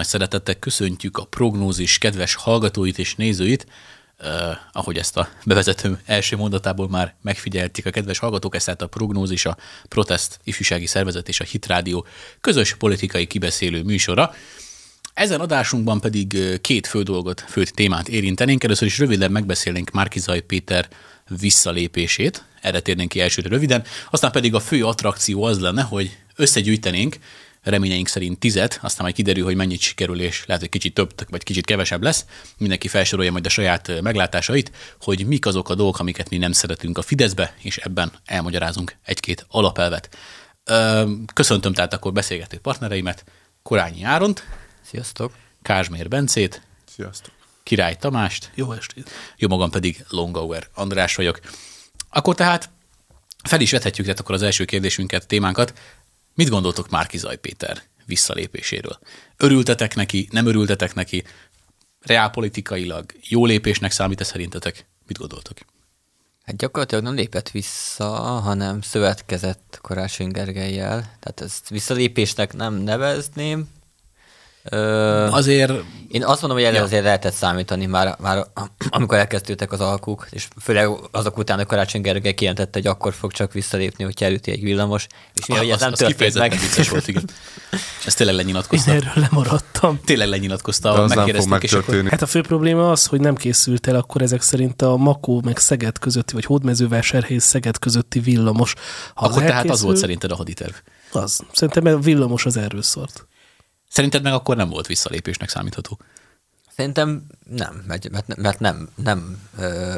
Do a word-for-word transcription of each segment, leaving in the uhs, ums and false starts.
nagy szeretettel köszöntjük a Prognózis kedves hallgatóit és nézőit. Uh, ahogy ezt a bevezető első mondatából már megfigyelték a kedves hallgatók, ezt tehát a Prognózis, a Protest ifjúsági szervezet és a Hit Rádió közös politikai kibeszélő műsora. Ezen adásunkban pedig két fő dolgot, fő témát érintenénk. Először is röviden megbeszélnénk Márki-Zay Péter visszalépését, erre térnénk ki elsőre röviden, aztán pedig a fő attrakció az lenne, hogy összegyűjtenénk reményeink szerint tizet, aztán majd kiderül, hogy mennyit sikerül, és lehet, hogy kicsit több, vagy kicsit kevesebb lesz. Mindenki felsorolja majd a saját meglátásait, hogy mik azok a dolgok, amiket mi nem szeretünk a Fideszbe, és ebben elmagyarázunk egy-két alapelvet. Köszöntöm tehát akkor beszélgető partnereimet, Korányi Áront. Sziasztok. Kázsmér Bencét. Sziasztok. Király Tamást. Jó estét. Jó magam pedig Longauer András vagyok. Akkor tehát fel is vethetjük tehát akkor az első kérdésünket, témánkat. Mit gondoltok Márki-Zay Péter visszalépéséről? Örültetek neki, nem örültetek neki? Reálpolitikailag jó lépésnek számít-e szerintetek? Mit gondoltok? Hát gyakorlatilag nem lépett vissza, hanem szövetkezett Karácsony Gergellyel. Tehát ezt visszalépésnek nem nevezném. Ö, azért... Én azt mondom, hogy erre ja. azért lehetett számítani már, már amikor elkezdődtek az alkuk, és főleg azok után, hogy Karácsony Gergely kijelentette, hogy akkor fog csak visszalépni, hogy elüti egy villamos. És mi, ah, hogy ez az, nem az történt meg. vicces volt, igen. Ezt tényleg lenyilatkozta. Én erről lemaradtam. Tényleg lenyilatkozta, ahol megkérdezték. És akkor... Hát a fő probléma az, hogy nem készült el akkor ezek szerint a Makó meg Szeged közötti, vagy Hódmezővásárhely Szeged közötti villamos. Ha akkor tehát elkészül, az volt szerinted a haditerv? Az. Szerintem a villamos az erről szólt. Szerinted meg akkor nem volt visszalépésnek számítható? Szerintem nem, mert, mert nem, nem, ö,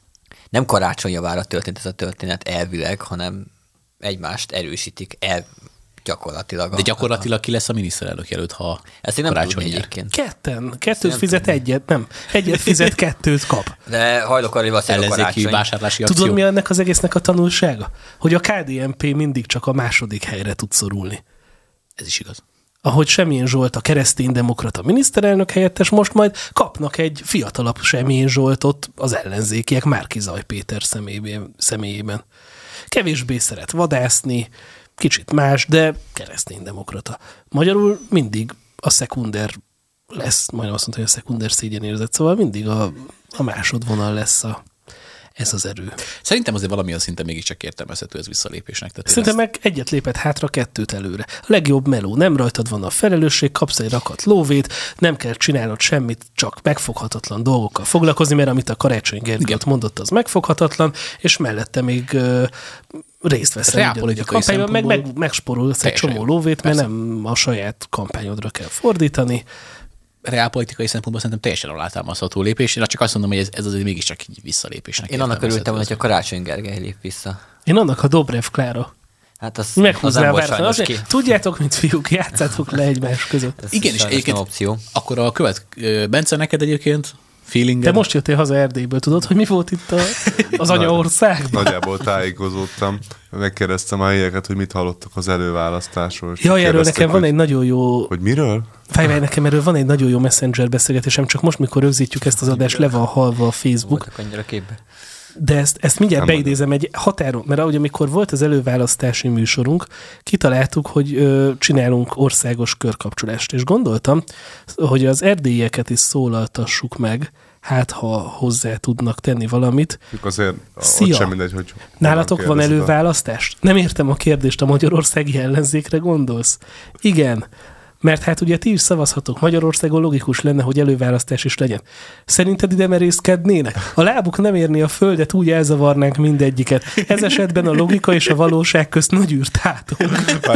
nem Karácsony javára történt ez a történet elvileg, hanem egymást erősítik el gyakorlatilag. De gyakorlatilag ki lesz a miniszterelnök jelölt, ha ezt én nem Karácsony tudni nyer? egyébként. Ketten. Kettőt fizet, tudom. egyet, nem. Egyet fizet, kettőt kap. De hajlok arra, hogy a Karácsony. Vásárlási akció. Tudod, mi ennek az egésznek a tanulsága? Hogy a ká dé en pé mindig csak a második helyre tud szorulni. Ez is igaz. Ahogy Semjén Zsolt a kereszténydemokrata miniszterelnök helyettes, most majd kapnak egy fiatalabb Semjén Zsoltot az ellenzékiek Márki-Zay Péter személyében, személyében. Kevésbé szeret vadászni, kicsit más, de kereszténydemokrata. Magyarul mindig a szekunder lesz, majdnem azt mondta, hogy a szekunder szégyenérzet, szóval mindig a, a másodvonal lesz a ez az erő. Szerintem azért valamilyen szinten mégiscsak értelmezhető ez visszalépésnek. Tehát Szerintem ezt... meg egyet lépett hátra, kettőt előre. A legjobb meló, nem rajtad van a felelősség, kapsz egy rakat lóvét, nem kell csinálnod semmit, csak megfoghatatlan dolgokkal foglalkozni, mert amit a Karácsony Gergely mondott, az megfoghatatlan, és mellette még uh, részt veszel a kampányban, meg, meg megsporulsz egy csomó lóvét, persze. Mert nem a saját kampányodra kell fordítani. Reálpolitikai szempontból szerintem teljesen alátámasztható lépés. Én csak azt mondom, hogy ez, ez azért mégiscsak egy visszalépésnek. Én annak örültem, hogy a Karácsony Gergely lép vissza. Én annak a Dobrev Klára. Hát az, meghúzná az nem volt ki. Tudjátok, mint fiúk, játszátok le egymás között. Ez igen, és egyébként opció. Akkor a követ, Bence, neked egyébként feelinged? Te most jöttél haza Erdélyből, tudod, hogy mi volt itt a, az anyaországban? Nagyjából tájékozódtam. Megkérdeztem a helyeket, hogy mit hallottak az előválasztásról. Jaj, erről nekem van egy nagyon jó... Hogy miről? Fájváj, nekem erről van egy nagyon jó Messenger beszélgetésem, csak most, mikor rögzítjük ezt az adást, le van halva a Facebook. Voltak annyira képbe. De ezt, ezt mindjárt nem beidézem egy határon, mert ahogy amikor volt az előválasztási műsorunk, kitaláltuk, hogy ö, csinálunk országos körkapcsolást, és gondoltam, hogy az erdélyieket is szólaltassuk meg, hát ha hozzá tudnak tenni valamit. Azért Szia! Ott sem mindegy, hogy nálatok van előválasztás? Nem értem a kérdést, a magyarországi ellenzékre gondolsz? Igen. Mert hát ugye ti is szavazhatok. Magyarországon logikus lenne, hogy előválasztás is legyen. Szerinted ide merészkednének? A lábuk nem érni a földet, úgy elzavarnánk mindegyiket. Ez esetben a logika és a valóság közt nagy űrt látunk.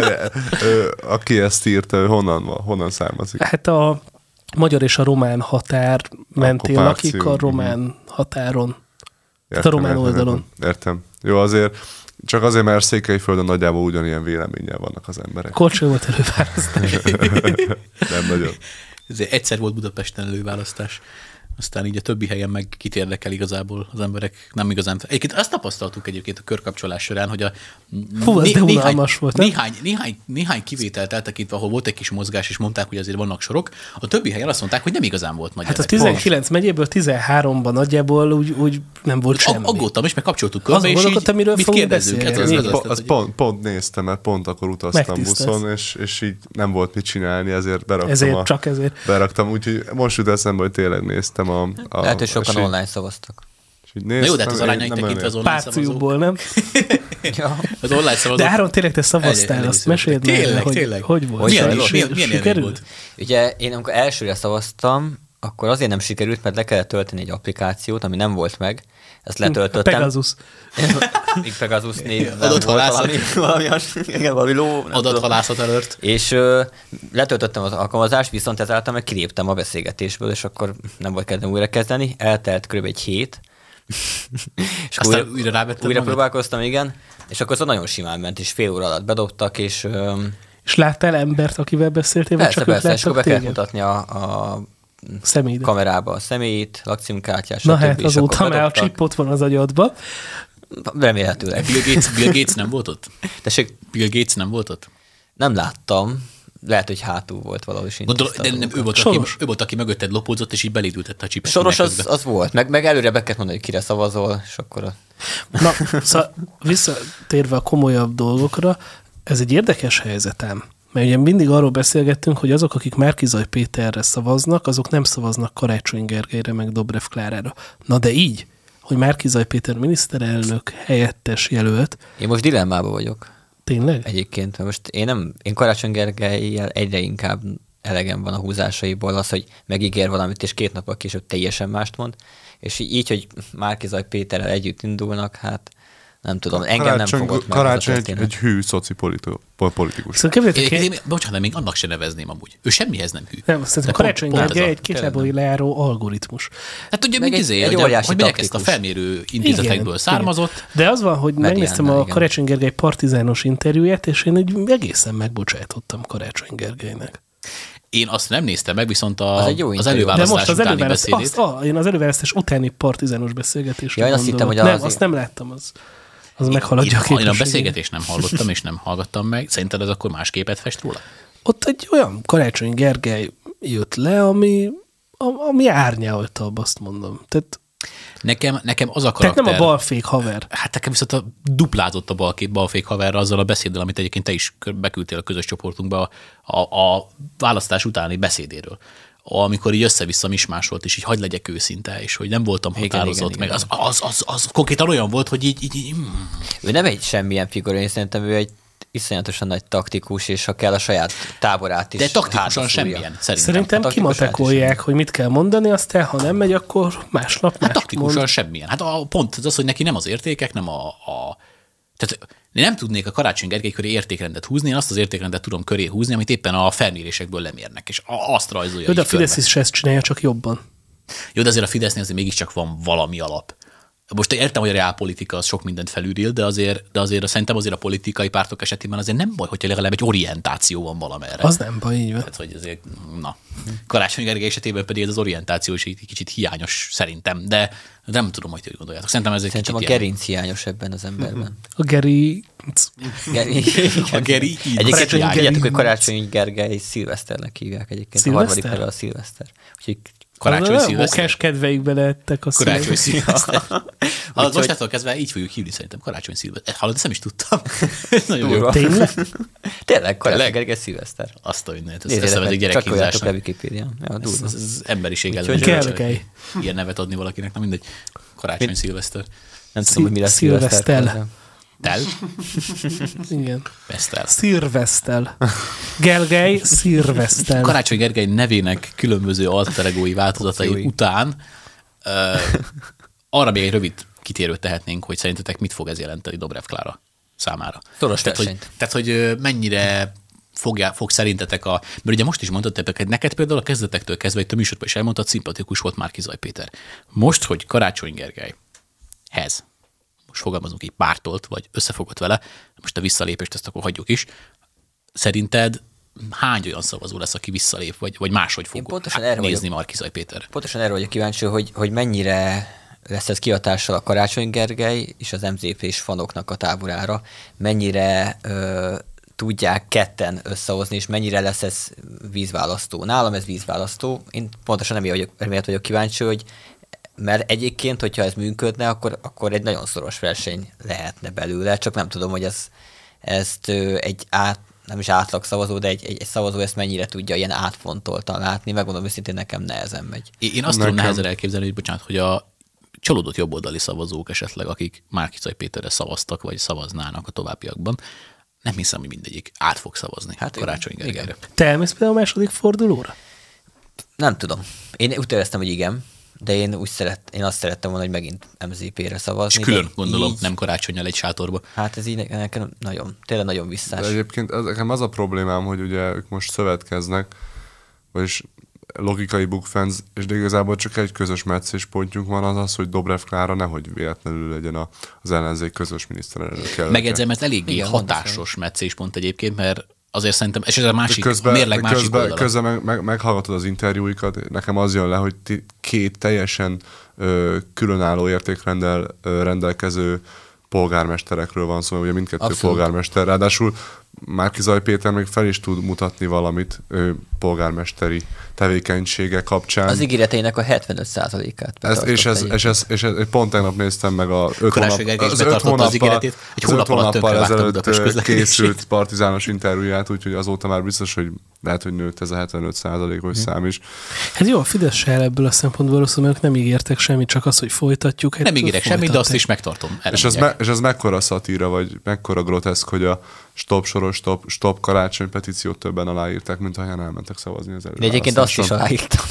Aki ezt írta, honnan, honnan származik? Hát a magyar és a román határ mentén lakik, a román határon. Értem, a román értem, oldalon. Értem, értem. Jó, azért csak azért, mert Székelyföldön nagyjából ugyanilyen véleménnyel vannak az emberek. Korcső volt előválasztás. Nem nagyon. Ezért egyszer volt Budapesten előválasztás. aztán így a többi helyen meg kit érdekel igazából az emberek nem igazán. Egyébként azt tapasztaltuk egyébként a körkapcsolás során, hogy a Hú, ez né- de néhány, unalmas volt, nem? néhány, néhány, néhány kivételt eltekintve, ahol volt egy kis mozgás, és mondták, hogy azért vannak sorok, a többi helyen azt mondták, hogy nem igazán volt nagy. Hát a érdek. tizenkilenc megyéből tizenháromban nagyjából úgy, úgy nem volt Ag- semmi. Aggódtam is, meg kapcsoltuk körbe, Azon és így gondolkodtam, miről mit fogunk kérdezzünk. Ez, beszélni. ez, ez, Igen. ez, Po- ez, azt pont, pont néztem, mert pont akkor utaztam Megtisztelsz. buszon, és, és így nem volt mit csinálni, ezért beraktam. Ezért, a, csak ezért. Beraktam, úgyhogy most jut eszembe, hogy tényleg néztem a... a Lehet, hogy sokan és így- online szavaztak. és így Na jó, de hát néztem, az én arányait nem tekintve az olyan- online szavazók. Párciúból, nem? Ja. Az online szavazók. De Áron, tényleg te szavaztál, Elég- elég azt meséld meg, tényleg, hogy, tényleg. hogy volt. Milyen, Sajnos. milyen, milyen élmény Sikerült? volt? Ugye én amikor elsőre szavaztam, akkor azért nem sikerült, mert le kellett tölteni egy applikációt, ami nem volt meg. Ezt letöltöttem. Pegasus. Még Pegasus név. Adathalászat. Valami, valami, has- igen, valami ló. nem tudom. Adathalászat előtt. És ö, letöltöttem az alkalmazást, viszont ezáltal meg kiléptem a beszélgetésből, és akkor nem volt kedvem újra kezdeni. Eltelt kb. Egy hét. És Aztán újra, újra rávettem újra magad? próbálkoztam, igen. És akkor az nagyon simán ment, és fél óra alatt bedobtak, és ö, És láttál embert, akivel beszéltél, vagy persze, csak ők persze, és akkor be láttak kellett téged? mutatni a, a Személyre. kamerába a személyét, lakcímkártyát, Na stb. hát és azóta akkor már a bedobtak. chip ott van az agyadba. Remélhetőleg. Bill Gates, Bill Gates nem volt ott? Tessék, Bill Gates nem volt ott? nem láttam. Lehet, hogy hátul volt valahol is. Gondolom, de nem, ő volt, aki, Soros. ő volt, aki mögötted lopódzott, és így belédültette a csipet. Soros minden az, közben. az volt, meg, meg előre be kellett mondani, hogy kire szavazol, és akkor a... Na, szóval visszatérve a komolyabb dolgokra, ez egy érdekes helyzetem. Mert ugye mindig arról beszélgettünk, hogy azok, akik Márki-Zay Péterre szavaznak, azok nem szavaznak Karácsony Gergelyre, meg Dobrev Klárára. Na de így, hogy Márki-Zay Péter miniszterelnök helyettes jelölt, Én most dilemmában vagyok tényleg? egyébként. mert Most én nem, én Karácsony Gergellyel egyre inkább elegem van a húzásaiból az, hogy megígér valamit, és két nappal később teljesen mást mond. És így, hogy Márki-Zay Péterrel együtt indulnak, hát nem tudom, engem nem fogott meg Karácsony az a egy, történet. egy hű szoci politi- politikus. Szóval képzeljétek Én, el, én, bocsánat, de még annak se nevezném amúgy. Ő semmihez nem hű. nem, szerintem De Karácsony pont- pont Gergely ez a- egy kétlábon leáró algoritmus. Hát ugye, Meg mint egy- izé, egy hogy, a- óriási hogy melyek ezt a taktikus. felmérő intézetekből származott. De az van, hogy Mediánnál, megnéztem a igen. Karácsony Gergely partizános interjúját, és én egy egészen megbocsájtottam Karácsony Gergelynek. Én azt nem néztem meg, viszont a, Az egy jó az interjú. De előválasztás most az utáni előválasztás, beszédét. azt, ah, én az előválasztás utáni partizános beszélgetésre Ja, én azt gondolok. hittem, hogy az- Nem, azt nem láttam, az, az meghaladja a Én, én a képességet. beszélgetést nem hallottam, és nem hallgattam meg. Szerinted ez akkor más képet fest róla? Ott egy olyan Karácsony Gergely jött le, ami, a- ami árnyaltabb, azt mondom. Tehát, Nekem, nekem az a tehát karakter... nem a balfék haver. Hát nekem viszont a duplázott a balkép balfék haverra azzal a beszéddel, amit egyébként te is kör- beküldtél a közös csoportunkba a, a, a választás utáni beszédéről. Amikor így össze-vissza mismásolt, és így hagy legyek őszinte, és hogy nem voltam Igen, határozott, igen, meg igen. az, az, az, az konkrétan olyan volt, hogy így, így, így mm. Ő nem egy semmilyen figura, én szerintem ő egy iszonyatosan nagy taktikus, és ha kell a saját táborát is De taktikusan hátra szúrja. semmilyen, szerintem. Szerintem a taktikus kimatekolják, hogy mit kell mondani, aztán ha nem megy, akkor másnap Hát mást taktikusan mond. semmilyen. Hát a pont az, az, hogy neki nem az értékek, nem a... a tehát én nem tudnék a Karácsony Gergely köré értékrendet húzni, én azt az értékrendet tudom köré húzni, amit éppen a felmérésekből lemérnek, és a- azt rajzolja. Jó, de a így körbe. Fidesz is ezt csinálja, csak jobban. Jó, de azért a Fidesznél azért mégiscsak van valami alap. Most értem, hogy a reálpolitika az sok mindent felülír, de azért, de azért szerintem azért a politikai pártok esetében azért nem baj, hogyha legalább egy orientáció van valamerre. Az nem baj, így van. Tehát, hogy azért, na. Karácsony Gergely esetében pedig ez az orientáció is egy kicsit hiányos szerintem, de nem tudom, hogy hogy gondoljátok. Szerintem ez egy Szerintem a kicsit gerinc hiányos ebben az emberben. A Geri... Geri... A Geri így. Egyébként Karácsony tudjátok, Geri. hogy Karácsony Gergely Szilveszternek hívják egyébként. Szilveszter? A harmadik neve a Szilveszter. Úgyhogy Karácsony Szilveszter. Mókás kedveikbe lehettek a Karácsony szülők. Szilveszter. Az mostantól kezdve így fogjuk hívni szerintem, Karácsony Szilveszter. Hallod, ezt nem is tudtam. Ez nagyon jó. Durva. Tényleg? Tényleg, Karácsony Tényleg? Gergely Szilveszter. Azt a mindent. Ez, Nézzétek ez egy meg, csatoljátok le gyerekkínzásnak. Wikipédián. Ja, Ez, durva. ez, ez emberiség Úgyhogy ellen. Gergely. Ilyen nevet adni valakinek, na mindegy. Karácsony Szilveszter. Nem tudom, hogy mi lesz Szilveszter. Szilveszter. Tel? Igen. Vesztel. Szilvesztel. Gergely Szilvesztel. Karácsony Gergely nevének különböző alteregói változatai Opciói. után uh, arra még egy rövid kitérőt tehetnénk, hogy szerintetek mit fog ez jelenteni Dobrev Klára számára. Szoros tehát, hogy, versenyt. tehát, hogy ö, mennyire fogja, fog szerintetek a... Mert ugye most is mondtad, hogy neked például a kezdetektől kezdve, itt a műsorban is elmondtad, szimpatikus volt Márki-Zay Péter. Most, hogy Karácsony Gergelyhez, most fogalmazunk így, pártolt, vagy összefogott vele, most a visszalépést ezt akkor hagyjuk is, szerinted hány olyan szavazó lesz, aki visszalép, vagy, vagy máshogy fog hát, nézni Markizaj Péterre? Pontosan erről vagyok kíváncsi, hogy, hogy mennyire lesz ez kihatással a Karácsony Gergely és az em zé pés fanoknak a táborára, mennyire ö, tudják ketten összehozni, és mennyire lesz ez vízválasztó. Nálam ez vízválasztó. Én pontosan emiatt vagyok, emiatt vagyok kíváncsi, hogy mert egyébként, hogyha ez működne, akkor, akkor egy nagyon szoros verseny lehetne belőle, csak nem tudom, hogy ez, ezt ö, egy át, nem is átlag szavazó, de egy, egy, egy szavazó ezt mennyire tudja ilyen átfontoltan látni, megmondom őszintén, nekem nehezen megy. Én azt tudom nehezen elképzelni, hogy bocsánat, hogy a csalódott jobboldali szavazók esetleg, akik Márki-Zay Péterre szavaztak, vagy szavaznának a továbbiakban, nem hiszem, hogy mindegyik át fog szavazni hát Karácsony Gergelyre. Te elmész például a második fordulóra? Nem tudom. Én úgy éreztem, hogy igen, de én úgy szeret, én azt szerettem volna, hogy megint em zé pére szavazni. És külön gondolom, így, nem Karácsonnyal egy sátorba. Hát ez így nekem nagyon, tényleg nagyon visszás. De egyébként ez, nekem az a problémám, hogy ugye ők most szövetkeznek, vagyis logikai bukfenc, és de igazából csak egy közös meccéspontjunk van, az az, hogy Dobrev Klára nehogy véletlenül legyen a, az ellenzék közös miniszterelnök. Megjegyzem, ez eléggé igen, hatásos meccéspont egyébként, mert azért szerintem, és ez a másik, közben, a mérleg másik közben, oldala. Közben meg, meg, meghallgatod az interjúikat, nekem az jön le, hogy két teljesen ö, különálló értékrendel ö, rendelkező polgármesterekről van szó, ugye mindkettő abszolút polgármester, ráadásul Márki-Zay Péter még fel is tud mutatni valamit ő, polgármesteri tevékenysége kapcsán. Az ígéreteinek a hetvenöt százalékát. Ez, és, ez, és, ez, és ez, pont tegnap néztem meg a öt hónap, az öt hónappal, az ígéretét, egy hónap alatt tönkre vágta Budapest közlekedését. Készült partizános interjúját, úgyhogy azóta már biztos, hogy lehet, hogy nőtt ez a hetvenöt százalékos hmm. szám is. Hát jó, a Fidesz se el ebből a szempontból rosszul, mert nem ígértek semmit, csak az, hogy folytatjuk. Hát nem ígérek semmit, de azt is megtartom. És ez, me, és ez mekkora szatíra, vagy mekkora groteszk, hogy a Stop Soros, Stop, Stop Karácsony petíciót többen aláírták, mint ahelyen elmentek szavazni az előre. De egyébként azt is aláírtam.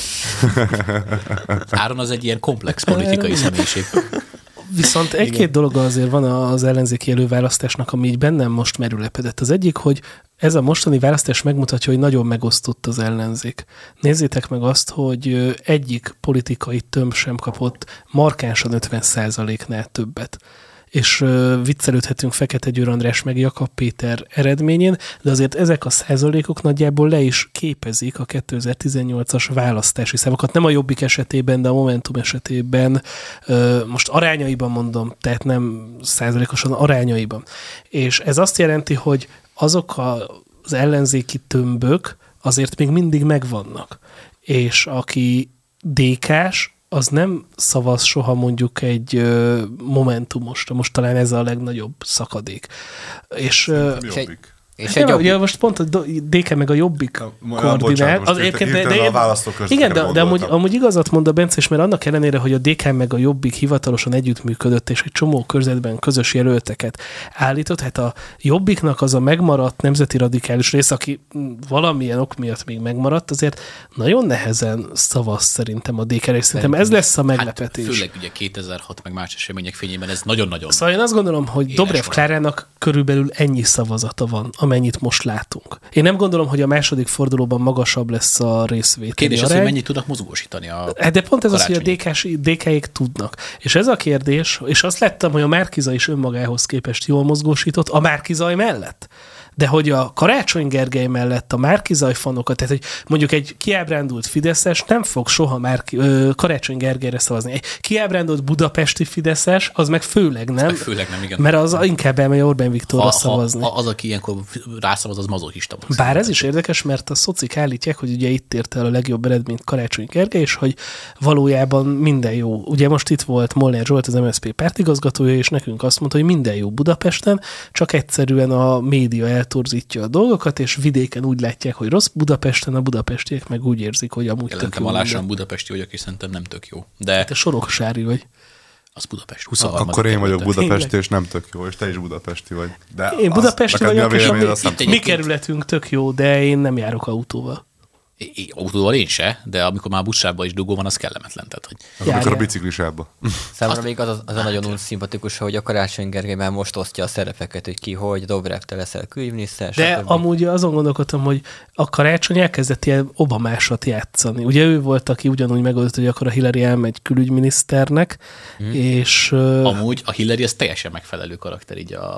Áron az egy ilyen komplex politikai személyiség. Viszont egy-két dolog azért van az ellenzéki előválasztásnak, ami így bennem most merülepedett. Az egyik, hogy ez a mostani választás megmutatja, hogy nagyon megosztott az ellenzék. Nézzétek meg azt, hogy egyik politikai tömb sem kapott markánsan ötven százaléknál többet. És uh, viccelődhetünk Fekete Győr András meg Jakab Péter eredményén, de azért ezek a százalékok nagyjából le is képezik a kétezer-tizennyolcas választási számokat. Nem a Jobbik esetében, de a Momentum esetében, uh, most arányaiban mondom, tehát nem százalékosan arányaiban. És ez azt jelenti, hogy azok a, az ellenzéki tömbök azért még mindig megvannak. És aki dé ká-s, az nem szavaz soha mondjuk egy uh, Momentumosra. Most talán ez a legnagyobb szakadék. És, uh, és egy, és egy jobbik. Ja, most pont a dé ká meg a Jobbik koordinál. Az egyébként, de, de, de, igen, de, de amúgy, amúgy igazat mond a Bence, és mert annak ellenére, hogy a dé ká meg a Jobbik hivatalosan együttműködött, és egy csomó körzetben közös jelölteket állított, hát a Jobbiknak az a megmaradt nemzeti radikális rész, aki valamilyen ok miatt még megmaradt, azért nagyon nehezen szavaz szerintem a dé ká-re, és szerintem ez lesz a meglepetés. Hát, főleg ugye kétezer-hat meg más események fényében ez nagyon-nagyon. Szóval én azt gondolom, hogy Dobrev Klárának körülbelül ennyi szavazata van, amennyit most látunk. Én nem gondolom, hogy a második fordulóban magasabb lesz a részvételi kérdés arány. Az, hogy mennyit tudnak mozgósítani a De pont ez az, hogy a dé ká-s, dé ká-ék tudnak. És ez a kérdés, és azt láttam, hogy a Márki-Zay is önmagához képest jól mozgósított, a Márki-Zay mellett. De hogy a Karácsony Gergely mellett a Márki-Zay fanokat, tehát hogy mondjuk egy kiábrándult fideszes nem fog soha Márki, ö, Karácsony Gergelyre szavazni. Egy kiábrándult budapesti fideszes, az meg főleg nem. Meg főleg nem, igen. Mert az inkább elmegy Orbán Viktorra ha, szavazni. Ha, ha az, aki ilyenkor rászavaz, az mazochista. Bár ez is érdekes, mert a szocik állítják, hogy ugye itt ért el a legjobb eredményt Karácsony Gergely, és hogy valójában minden jó. Ugye most itt volt Molnár Zsolt, az em es zé pé pártigazgatója, és nekünk azt mondta, hogy minden jó Budapesten, csak egyszerűen a média eltorzítja a dolgokat, és vidéken úgy látják, hogy rossz, Budapesten a budapestiek meg úgy érzik, hogy amúgy Jelentem tök jó. Jelentem budapesti vagyok, és szerintem nem tök jó. De te Soroksári vagy. Az Budapest. huszonharmadik Akkor én vagyok kerületen. budapesti, és nem tök jó, és te is budapesti vagy. De én budapesti az, vagyok, és a mi, mi, mi kerületünk tök jó, de én nem járok autóval. É, é, autóval én se, de amikor már buszsába is dugó van, az kellemetlen. Tehát, hogy... Az amikor a biciklisába. Számomra még az, az a nagyon úgy szimpatikus, hogy a Karácsony Gergely már most osztja a szerepeket, hogy ki, hogy Dobrev, te leszel külügyminiszter. De stb. Amúgy azon gondolkodtam, hogy a Karácsony elkezdett ilyen Obamásat játszani. Ugye ő volt, aki ugyanúgy megoldott, hogy akkor a Hillary elmegy külügyminiszternek, hmm. és... Amúgy a Hillary az teljesen megfelelő karakter így a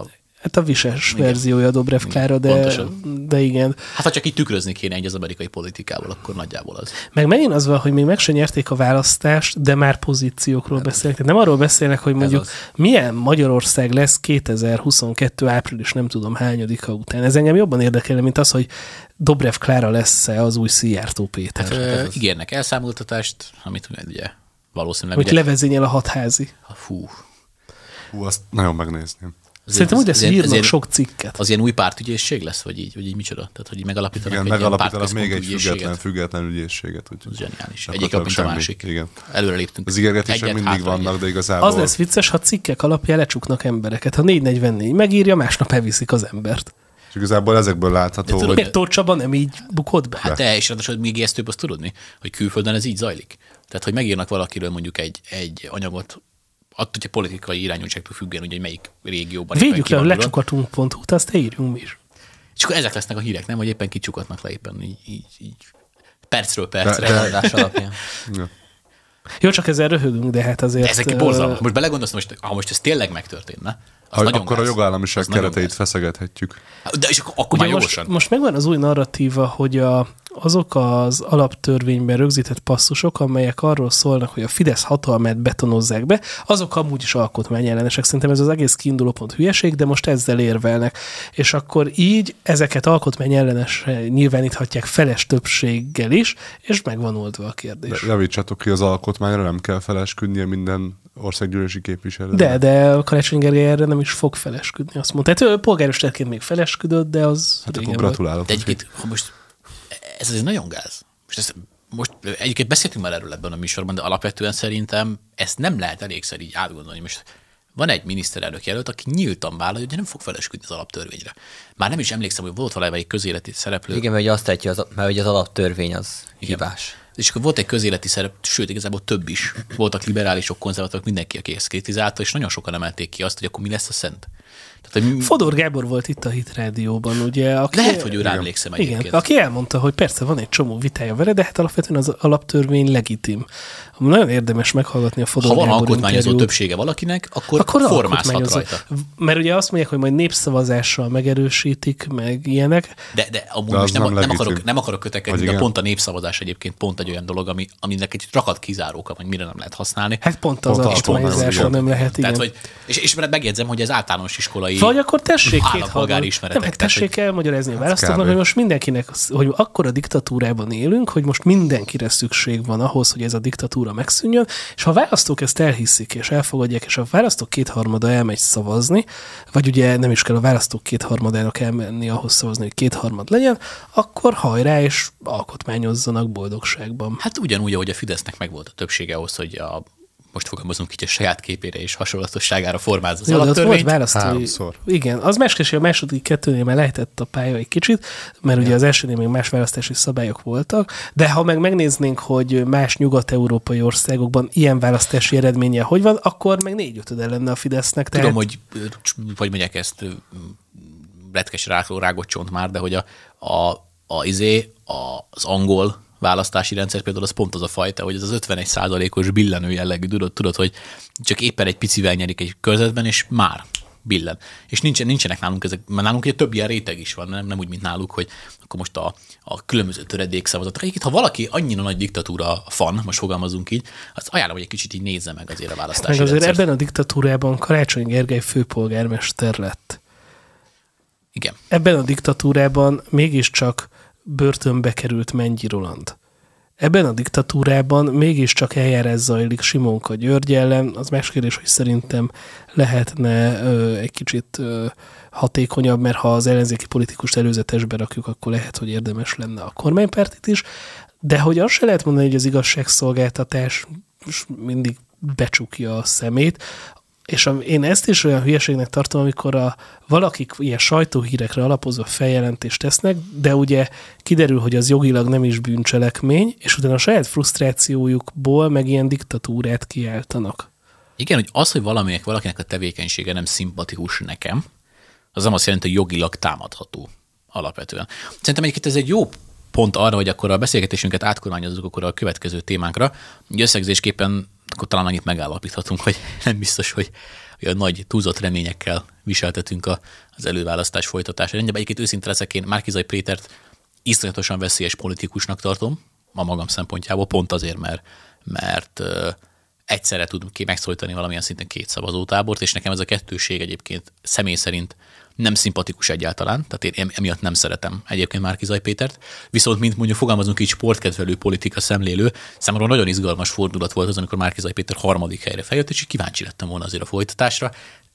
Hát a vises igen. verziója Dobrev Klára, de, de igen. Hát ha csak így tükrözni kéne egy az amerikai politikával, akkor nagyjából az. Meg megint az van, hogy még meg sem nyerték a választást, de már pozíciókról hát beszélnek. Tehát nem arról beszélnek, hogy mondjuk milyen Magyarország lesz kétezer-huszonkettő április nem tudom hányadika után. Ez engem jobban érdekelne, mint az, hogy Dobrev Klára lesz-e az új Szijjártó Péter. Hát, ö, ígérnek elszámoltatást, amit ugye valószínűleg... Hogy ugye, levezényel a hatházi. Fú. Hú, azt nagyon megnézném. Szerintem úgy lesz, hogy írnak sok cikket. Az ilyen új pártügyészség lesz, vagy így, vagy így micsoda? Tehát, hogy így megalapítanak igen, egy megalapítanak még egy független, független ügyészséget. Úgy, az zseniális. Egyik a, mint a másik. Igen. Előre léptünk. Az ígérgetések mindig vannak, egyet. De igazából... Az lesz vicces, ha cikkek alapján lecsuknak embereket. Ha négy negyvennégy megírja, másnap elviszik az embert. És igazából ezekből látható, hogy... Miért Tóth Csaba nem így bukott be? Hát de, és ráadásul még ijesztőbb azt tudod mi? Hogy külföldön ez így zajlik. Tehát, hogy megírnak valakiről mondjuk egy, egy anyagot, attól, hogy a politikai irányultságtól függően, ugye, hogy melyik régióban. Védjük le a lecsukatunk pont hú-t, azt írjunk mi is. És akkor ezek lesznek a hírek, nem? Hogy éppen kicsukatnak le éppen így, így, így percről percre. Adás alapján. Ja. Jó, csak ezzel röhögünk, de hát azért... De ezek borzalmak. Most belegondolsz, most, ha most ez tényleg megtörténne, ha, akkor gáz. A jogállamiság kereteit feszegethetjük. De és akkor, akkor már most, most megvan az új narratíva, hogy a, azok az alaptörvényben rögzített passzusok, amelyek arról szólnak, hogy a Fidesz hatalmát betonozzák be, azok amúgy is alkotmányellenesek. Szerintem ez az egész kiinduló pont hülyeség, de most ezzel érvelnek. És akkor így ezeket alkotmányellenesre nyilváníthatják feles többséggel is, és megvan oldva a kérdés. De javítsatok ki, az alkotmányra nem kell felesküdnie minden országgyűlési képviselő. De, de a Karácsony Gergely erre nem is fog felesküdni, azt mondta. Hát polgármesterként még felesküdött, de az hát régen akkor gratulálok. De egyébként, ha most ez azért nagyon gáz. Most, ezt, most egyébként beszéltünk már erről ebben a műsorban, de alapvetően szerintem ezt nem lehet elégszer így átgondolni. Most van egy miniszterelnök jelölt, aki nyíltan vállalja, hogy nem fog felesküdni az alaptörvényre. Már nem is emlékszem, hogy volt valami egy közéleti szereplő. Igen, mert azt tetjük, az, mert az alaptörvény az hibás. És akkor volt egy közéleti szerep, sőt, igazából több is. Voltak liberálisok, konzervatívok, mindenki, aki ezt kritizálta, és nagyon sokan emelték ki azt, hogy akkor mi lesz a szent. Tehát, hogy... Fodor Gábor volt itt a Hit Rádióban, ugye? Aki... Lehet, hogy ő rá emlékszem egyébként. Igen, aki elmondta, hogy persze van egy csomó vitája vele, de hát alapvetően az alaptörvény legitim. Nagyon érdemes meghallgatni a Fodor Gábor Ha van alkotmányozó interjút. Többsége valakinek, akkor, akkor formázhat rajta. Mert ugye azt mondják, hogy majd népszavazással megerősítik, meg ilyenek. De, de amúgy de most nem, nem, nem, akarok, nem akarok kötekedni, de pont a népszavazás egyébként pont egy olyan dolog, ami, aminek egy rakat kizáróka, vagy mire nem lehet használni. Hát pont az alkotmányozással nem lehet, igen. Tehát, hogy, és, és megjegyzem, hogy ez általános iskolai vagy akkor tessék két hallani. Nem, hát tessék elmagyarázni a választóknak, hogy most mindenkinek, hogy akkora diktatúrában élünk, hogy most mindenkire szükség van ahhoz, hogy ez a diktatúra megszűnjön, és ha a választók ezt elhiszik és elfogadják, és a választók kétharmada elmegy szavazni, vagy ugye nem is kell a választók kétharmadának elmenni ahhoz szavazni, hogy kétharmad legyen, akkor hajrá, és alkotmányozzanak boldogságban. Hát ugyanúgy, ahogy a Fidesznek megvolt a többsége ahhoz, hogy a most fogalmazunk így a saját képére és hasonlatosságára formázza az alaptörvényt. Háromszor. Igen, az más kérdés, hogy a második kettőnél már lehetett a pálya egy kicsit, mert ja. ugye az elsőnél még más választási szabályok voltak, de ha meg megnéznénk, hogy más nyugat-európai országokban ilyen választási eredménye hogy van, akkor meg négy-ötöde lenne a Fidesznek. Tudom, tehát... hogy vagy mondják ezt retkes rágott csont már, de hogy a, a, a izé, a, az angol választási rendszer például az pont az a fajta, hogy ez az ötvenegy százalékos billenő jellegű, tudod, tudod, hogy csak éppen egy picivel nyerik egy körzetben, és már billen. És nincsen, nincsenek nálunk ezek, mert nálunk ugye több ilyen réteg is van, nem, nem úgy, mint náluk, hogy akkor most a, a különböző töredékszavazatok. Egyébként, ha valaki annyira nagy diktatúra fan, most fogalmazunk így, azt ajánlom, hogy egy kicsit így nézze meg azért a választási meg azért rendszert. Ebben a diktatúrában Karácsony Gergely főpolgármester lett. Igen. Ebben a diktatúrában mégiscsak börtönbe került Mennyi Roland. Ebben a diktatúrában mégiscsak eljárás zajlik Simonka György ellen. Az más kérdés, hogy szerintem lehetne ö, egy kicsit ö, hatékonyabb, mert ha az ellenzéki politikust előzetesbe rakjuk, akkor lehet, hogy érdemes lenne a kormánypártit is. De hogy azt se lehet mondani, hogy az igazságszolgáltatás mindig becsukja a szemét. És a, én ezt is olyan hülyeségnek tartom, amikor a, valakik ilyen sajtóhírekre alapozva feljelentést tesznek, de ugye kiderül, hogy az jogilag nem is bűncselekmény, és utána a saját frusztrációjukból meg ilyen diktatúrát kiáltanak. Igen, hogy az, hogy valaminek, valakinek a tevékenysége nem szimpatikus nekem, az nem azt jelenti, hogy jogilag támadható alapvetően. Szerintem egyébként ez egy jó pont arra, hogy akkor a beszélgetésünket átkormányozzuk akkor a következő témánkra. Összegzésképpen akkor talán annyit megállapíthatunk, hogy nem biztos, hogy olyan nagy túlzott reményekkel viseltetünk a, az előválasztás folytatása. Rendben, egyébként őszinte leszek, én Márki-Zay Pétert iszonyatosan veszélyes politikusnak tartom, a magam szempontjából, pont azért, mert, mert uh, egyszerre tud ki megszólítani valamilyen szinten két szavazótábort, és nekem ez a kettőség egyébként személy szerint nem szimpatikus egyáltalán, tehát én emiatt nem szeretem egyébként Márki-Zay Pétert, viszont mint mondjuk fogalmazunk így sportkedvelő politika szemlélő, számomra nagyon izgalmas fordulat volt az, amikor Márki-Zay Péter harmadik helyre feljött, és kíváncsi lettem volna azért a folytatásra,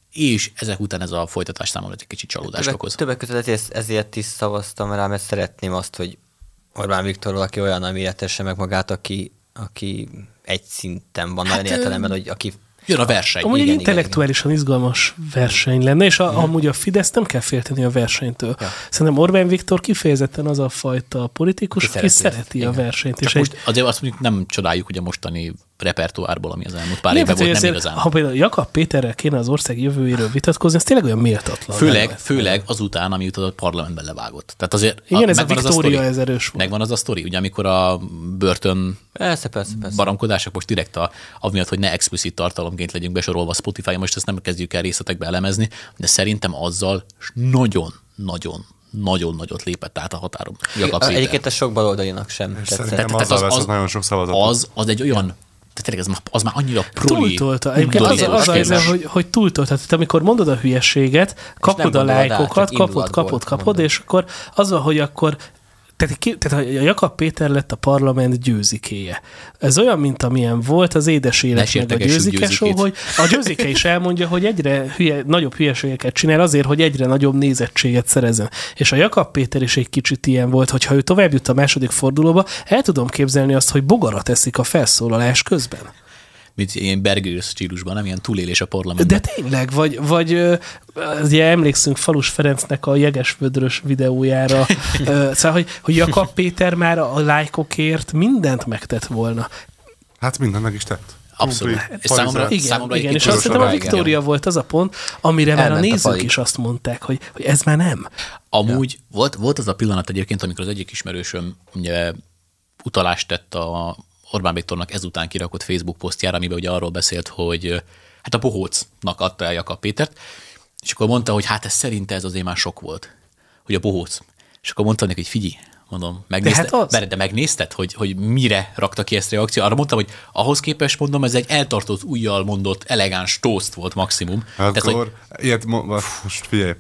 és ezek után ez a folytatás számomra egy kicsit csalódást többek, okoz. Többek között ezért, ezért is szavaztam rá, mert szeretném azt, hogy Orbán Viktorról, aki olyan, ami értesse meg magát, aki, aki egy szinten van, hát, olyan értelemben, hogy aki jön a verseny. Amúgy igen, egy intellektuálisan igen. izgalmas verseny lenne, és a, mm. amúgy a Fidesz nem kell félteni a versenytől. Ja. Szerintem Orbán Viktor kifejezetten az a fajta politikus, aki szereti, szereti a versenyt. Csak és most egy... azért azt mondjuk nem csodáljuk, hogy a mostani repertoárból, ami az elmúlt pár évben volt, nem igazán. Ha például Jakab Péterrel kéne az ország jövőjéről vitatkozni, ez tényleg olyan méltatlan. Főleg, főleg azután, ami utána a parlamentben levágott. Tehát azért igen, a, ez a Viktória, ez erős volt. Megvan az a sztori, ugye amikor a börtön persze, persze, persze. baromkodások most direkt a, amiatt, hogy ne explicit tartalomként legyünk besorolva Spotify-on, most ezt nem kezdjük el részletekbe elemezni, de szerintem azzal nagyon, nagyon nagyon nagyot lépett át a határon. Egyébként a sok baloldalinak sem tetszett. Szerintem azzal az, veszett nagyon sok szavazatot. Az, az egy olyan, tehát az, az már annyira proli. Túltolta. Egyébként az, az, az, az hogy, hogy túltolta. Tehát amikor mondod a hülyeséget, kapod a lájkokat, kapod, kapod, kapod, és akkor az van, hogy akkor Tehát, tehát a Jakab Péter lett a parlament győzikéje. Ez olyan, mint amilyen volt az Édes élet meg a győzike show, hogy a győzike is elmondja, hogy egyre hülye, nagyobb hülyeségeket csinál azért, hogy egyre nagyobb nézettséget szerezzen. És a Jakab Péter is egy kicsit ilyen volt, hogyha ő tovább jut a második fordulóba, el tudom képzelni azt, hogy bogarat eszik a felszólalás közben. Mint ilyen Berger stílusban, nem ilyen túlélés a parlamentben. De tényleg, vagy, vagy ugye emlékszünk Falus Ferencnek a jegesvödrös videójára, szóval, hogy, hogy Jakab Péter már a lájkokért mindent megtett volna. Hát mindent meg is tett. Abszolút. És számomra, igen, számomra igen, és azt hiszem a Viktória igen. volt az a pont, amire elment már a nézők a is azt mondták, hogy, hogy ez már nem. Amúgy ja. volt, volt az a pillanat egyébként, amikor az egyik ismerősöm ugye, utalást tett a Orbán Viktornak ezután kirakott Facebook posztjára, amiben ugye arról beszélt, hogy hát a bohócnak adta el Jakab Pétert, és akkor mondta, hogy hát ez szerinte ez azért már sok volt, hogy a bohóc. És akkor mondta neki, hogy figyelj, mondom, megnézted, de, hát de megnézted, hogy, hogy mire rakta ki ezt a reakciót? Arra mondtam, hogy ahhoz képest mondom, ez egy eltartott ujjal mondott elegáns tószt volt maximum. Hát Tehát, akkor hogy... ilyet, most figyelj,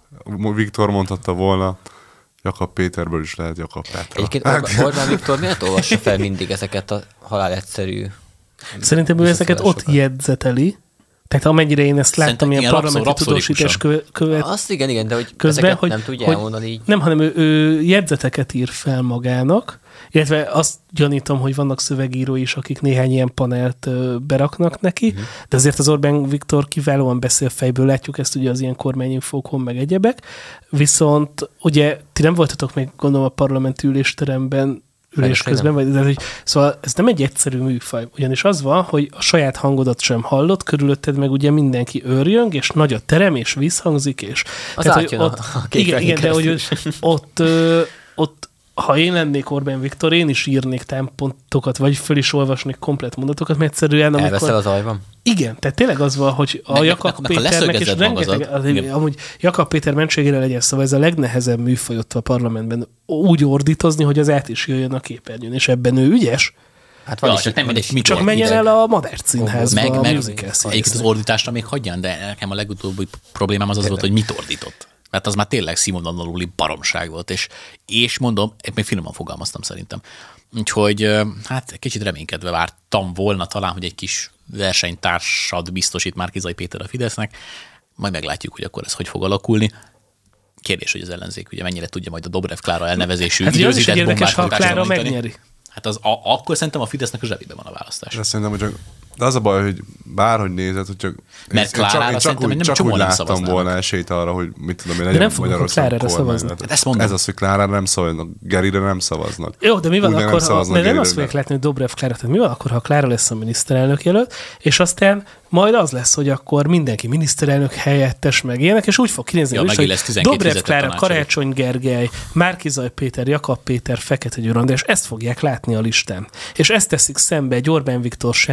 Viktor mondhatta volna, Jakab Péterből is lehet Jakab Petra. Egyébként Orbán, Orbán Viktor miért olvassa fel mindig ezeket a halálegyszerű... Szerintem ő ezeket ott jegyzeteli, tehát amennyire én ezt láttam, ilyen parlamenti tudósítás követ. Azt igen, igen, de hogy közben, ezeket hogy, nem tudja hogy elmondani így. Nem, hanem ő, ő jegyzeteket ír fel magának, illetve azt gyanítom, hogy vannak szövegírói is, akik néhány ilyen panelt ö, beraknak neki, uh-huh. de azért az Orbán Viktor kiválóan beszél fejből, látjuk ezt ugye az ilyen kormányinfókon, meg egyebek, viszont ugye ti nem voltatok még gondolom a parlamenti ülésteremben ülés közben, vagy, de, hogy, szóval ez nem egy egyszerű műfaj, ugyanis az van, hogy a saját hangodat sem hallod, körülötted meg ugye mindenki őrjöng, és nagy a terem, és visszhangzik, és... Az tehát, hogy ott, a, a igen, igen, de hogy ott, ö, ott ha én lennék Orbán Viktor, én is írnék támpontokat, vagy föl is olvasnék komplet mondatokat, mert egyszerűen amikor... Elveszel az ajban? Igen, tehát tényleg az van, hogy a meg, Jakab meg, Péternek, és rengeteg, az, amúgy Jakab Péter mentségére legyen szava, ez a legnehezebb műfaj ott a parlamentben úgy ordítozni, hogy az át is jöjjön a képernyőn, és ebben ő ügyes. Hát van ja, is, nem mindegy, csak menjen el a Madár Színházba, meg, a meg, musical egyébként az ordításra még hagyjan, de nekem a legutóbbi problémám az az volt, hogy mit ordított. Mert az már tényleg színvonalon aluli baromság volt, és, és mondom, még finoman fogalmaztam szerintem. Úgyhogy hát kicsit reménykedve vártam volna talán, hogy egy kis versenytársad biztosít Márki-Zay Péter a Fidesznek, majd meglátjuk, hogy akkor ez hogy fog alakulni. Kérdés, hogy az ellenzék ugye mennyire tudja majd a Dobrev Klára elnevezésű hát időzített bombát ha Klára megnyeri. Hát az, a, akkor szerintem a Fidesznek a zsebében van a választás. De szerintem, hogy csak, de az a baj, hogy bárhogy nézed, hogy csak... Mert Klárára szerintem nem csak csomó úgy nem láttam volna esélyt arra, hogy mit tudom én, legyen nem fogok Klárára szavazni. Ez az, hogy Klárára nem szavaznak, Gerire nem szavaznak. Jó, de mi van Úgy akkor, ha, de nem azt fogják látni, hogy Dobrev Klára, tehát mi van akkor, ha Klára lesz a miniszterelnök jelölt, és aztán majd az lesz, hogy akkor mindenki miniszterelnök helyettes meg ilyenek, és úgy fog kinézni, ja, hogy Dobrev Klára, Karácsony Gergely, Márki-Zay Péter, Jakab Péter, Fekete Győr András, ezt fogják látni a listán. És ezt teszik szembe egy Orbán Viktor, Semjén Zsolt,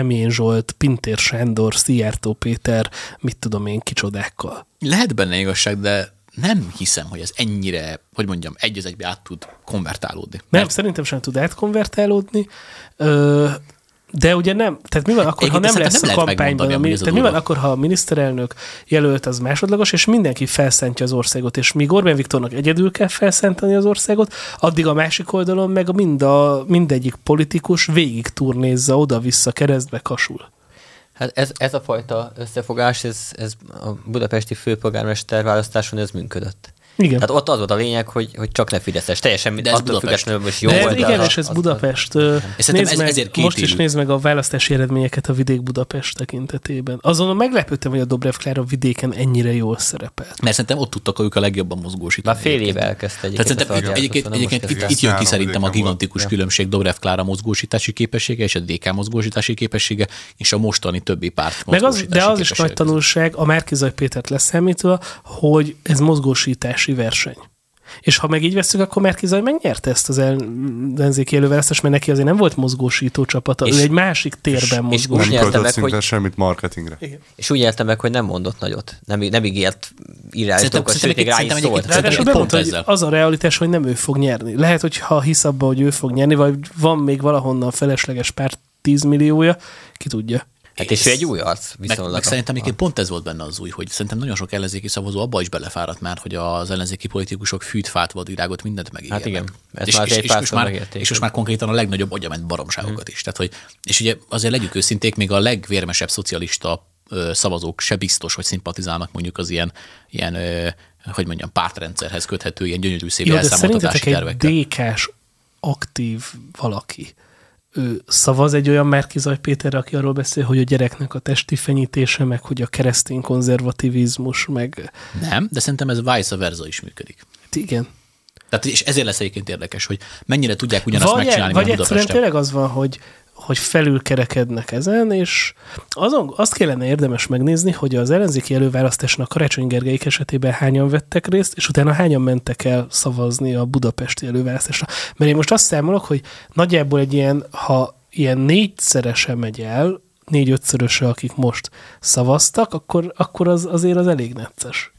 Zsolt, Pintér Sándor, Szijjártó Péter, mit tudom én, kicsodákkal. Lehet benne igazság, de nem hiszem, hogy ez ennyire, hogy mondjam, egy az egybe át tud konvertálódni. Nem, Mert... szerintem sem tud átkonvertálódni, ö, de ugye nem, tehát mi van akkor, Én ha nem lesz nem a kampányban, ami, tehát mi van akkor, ha a miniszterelnök jelölt az másodlagos, és mindenki felszántja az országot, és míg Orbán Viktornak egyedül kell felszántani az országot, addig a másik oldalon meg mind a, mindegyik politikus végig turnézza oda-vissza keresztbe kasul. Hát ez, ez a fajta összefogás, ez, ez a budapesti főpolgármester választáson ez működött. Igen. Tehát ott az volt a lényeg, hogy, hogy csak ne fideszes. Teljesen de ez attól függetlenül, hogy jó de volt. igen, az, és ez az, Budapest. Az, És nézd meg, ezért most is kétélű. nézd meg a választási eredményeket a Vidék Budapest tekintetében. Azon meglepődtem, hogy a Dobrev Klára vidéken ennyire jól szerepelt. Mert szerintem ott tudtak ők a legjobban mozgósítani. már fél éve elkezdte egyébként. Tehát szerintem egyébként, egyébként itt, kezd. itt jön ki Három szerintem a vidéken gigantikus volt. különbség Dobrev Klára mozgósítási képessége és a dé ká mozgósítási képessége és a mostani többi párt Meg az, mozgósítási de az is nagy képessége. tanulság, a Márki-Zay Pétert leszámítva, hogy ez mozgósítási verseny. És ha meg így veszük, akkor Márki-Zay megnyerte ezt az ellenzéki előválasztást, mert neki azért nem volt mozgósító csapata, És- ő egy másik térben és- és mozgósít. úgy Nem nyerte költött meg, szinte hogy- semmit marketingre. És úgy éltem meg, hogy nem mondott nagyot. Nem, nem ígért irányítókat, Szerintem- sőt, még rá is szerintem szólt. egyébként- Ráadásul Szerintem bemondta, pont hogy ezzel. az a realitás, hogy nem ő fog nyerni. Lehet, hogy ha hisz abba, hogy ő fog nyerni, vagy van még valahonnan felesleges párt tíz milliója, ki tudja. Hát és ő egy új arc Meg, viszonylag. meg szerintem egyébként pont ez volt benne az új, hogy szerintem nagyon sok ellenzéki szavazó abba is belefáradt már, hogy az ellenzéki politikusok fűt, fát, vadvirágot, mindent megígérnek. Hát igen, ezt és, már és, azért és, most párszor már, megérték. és most már konkrétan a legnagyobb agyament baromságokat mm. is. Tehát, hogy, és ugye azért legyük őszinték, még a legvérmesebb szocialista ö, szavazók se biztos, hogy szimpatizálnak mondjuk az ilyen, ilyen ö, hogy mondjam, pártrendszerhez köthető, ilyen gyönyörű szép Jó, de elszámoltatási szerintetek egy tervekkel. dé ká-s aktív valaki, ő szavaz egy olyan Márki-Zay Péterre, aki arról beszél, hogy a gyereknek a testi fenyítése, meg hogy a keresztény konzervativizmus, meg Nem, de szerintem ez vice versa is működik. hát igen. Tehát, és ezért lesz egyébként érdekes, hogy mennyire tudják ugyanazt Vagy, megcsinálni, vagy mint egyszerűen Budapesten. tényleg az van, hogy, hogy felülkerekednek ezen, és azon, azt kellene érdemes megnézni, hogy az ellenzéki előválasztáson a Karácsony Gergelyik esetében hányan vettek részt, és utána hányan mentek el szavazni a budapesti előválasztásra. Mert én most azt számolok, hogy nagyjából egy ilyen, ha ilyen négyszerese megy el, négy-ötszöröse, akik most szavaztak, akkor, akkor az azért az elég necces.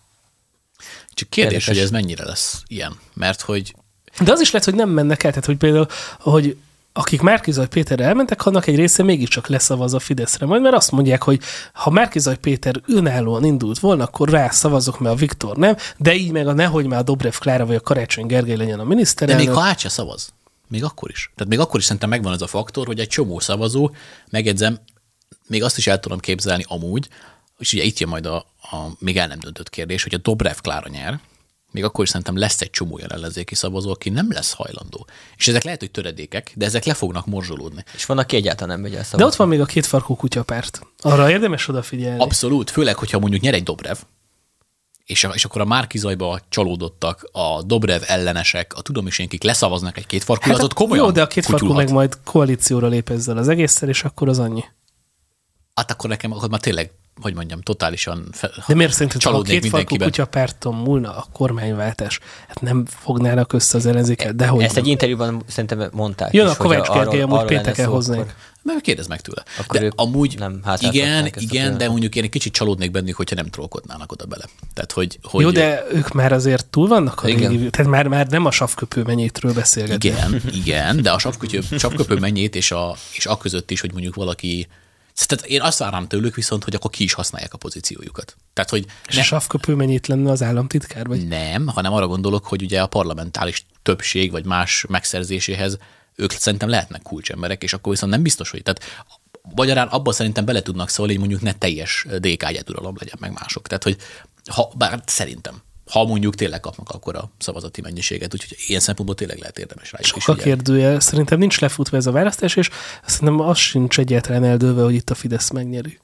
Csak kérdés, Érdekes. hogy ez mennyire lesz ilyen. Mert hogy De az is lehet, hogy nem mennek el, tehát hogy például, hogy akik Márki-Zay Péterre elmentek, annak egy része mégiscsak leszavaz a Fideszre majd, mert azt mondják, hogy ha Márki-Zay Péter önállóan indult volna, akkor rá szavazok, mert a Viktor nem, de így meg a nehogy már a Dobrev Klára vagy a Karácsony Gergely legyen a de miniszterelnök. még ha át se szavaz, még akkor is. Tehát még akkor is szerintem megvan ez a faktor, hogy egy csomó szavazó, megjegyzem, még azt is el tudom képzelni amúgy, és ugye itt jön majd a, a még el nem döntött kérdés, hogy a Dobrev Klára nyer, még akkor is szerintem lesz egy csomó olyan ellenzéki szavazó, aki nem lesz hajlandó. És ezek lehet, hogy töredékek, de ezek le fognak morzsolódni. És van, aki egyáltalán nem megy el szavazni. De ott van még a kétfarkú kutyapárt. Arra érdemes odafigyelni. Abszolút, főleg, hogyha mondjuk nyer egy Dobrev, és, a, és akkor a Márki-Zayba csalódottak, a Dobrev ellenesek, a tudom is én, kik leszavaznak egy kétfarkú, hát az ott komolyan jó, de a kétfarkú kutyulhat. meg majd koalícióra lép ezzel az egésszel, és akkor az annyi. Hát akkor nekem, akkor már tényleg, hogy mondjam, totálisan fel, De miért szerinted, ha a csalódnék kétfarkú mindenkiben. kutyapárton múlna a kormányváltás? Hát nem fognának össze az ellenzékkel, de hogy Ezt nem. egy interjúban szerintem mondták Jön is, a Kovács hogy Gergely, amúgy arról lenne pénteken szó, hoznánk. akkor- Mert kérdezz meg tőle. Akkor De ők amúgy nem hátráltatnák igen, ezt a igen, példányt. de mondjuk én egy kicsit csalódnék bennük, hogyha nem trollkodnának oda bele. Tehát, hogy, hogy Jó, de ők már azért túl vannak a Igen. régi, tehát már, már nem a savköpő mennyétről beszélgetünk. igen, igen, de a savköpő, savköpő mennyét és a, és a között is, hogy mondjuk valaki. Tehát én azt várnám tőlük viszont, hogy akkor ki is használják a pozíciójukat. Tehát, hogy És ne, a savköpő mennyit lenne az államtitkár? Vagy? nem, hanem arra gondolok, hogy ugye a parlamentális többség vagy más megszerzéséhez ők szerintem lehetnek kulcsemberek, és akkor viszont nem biztos, hogy. Tehát magyarán abban szerintem bele tudnak szólni, hogy mondjuk ne teljes dé ká egyeduralom legyen meg mások. Tehát, hogy ha, bár szerintem, ha mondjuk tényleg kapnak akkor a szavazati mennyiséget, úgyhogy ilyen szempontból tényleg lehet érdemes rájuk is Sok a figyelni. kérdője. Szerintem nincs lefutva ez a választás, és szerintem az sincs egyáltalán eldőlve, hogy itt a Fidesz megnyeri.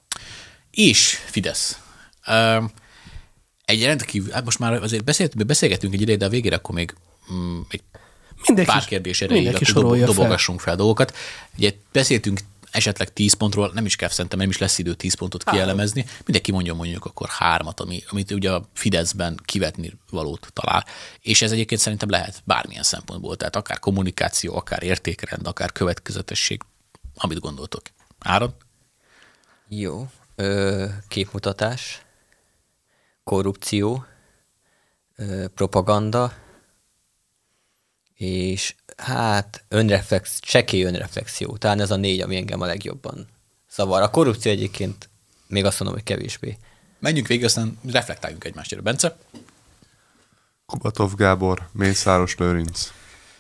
És Fidesz. Ö, Egy rendkívül, hát most már azért beszélt, beszélgetünk egy ideig, de a végére akkor még mm, egy Mindenki, pár kérdés erejéig mindenki akkor dob, sorolja fel. dobogassunk fel dolgokat. Ugye beszéltünk esetleg tíz pontról, nem is kell szerintem, nem is lesz idő tíz pontot kielemezni. Mindenki mondjon mondjuk akkor hármat, ami, amit ugye a Fideszben kivetni valót talál. És ez egyébként szerintem lehet bármilyen szempontból, tehát akár kommunikáció, akár értékrend, akár következetesség, amit gondoltok. Áron? Jó. Ö, képmutatás, korrupció, ö, propaganda, és hát önreflex, csekély önreflexió. Talán ez a négy, ami engem a legjobban zavar. A korrupció egyébként még azt mondom, hogy kevésbé. Menjünk végig, aztán reflektáljunk egymásra. Bence? Kubatov Gábor, Mészáros Lőrinc.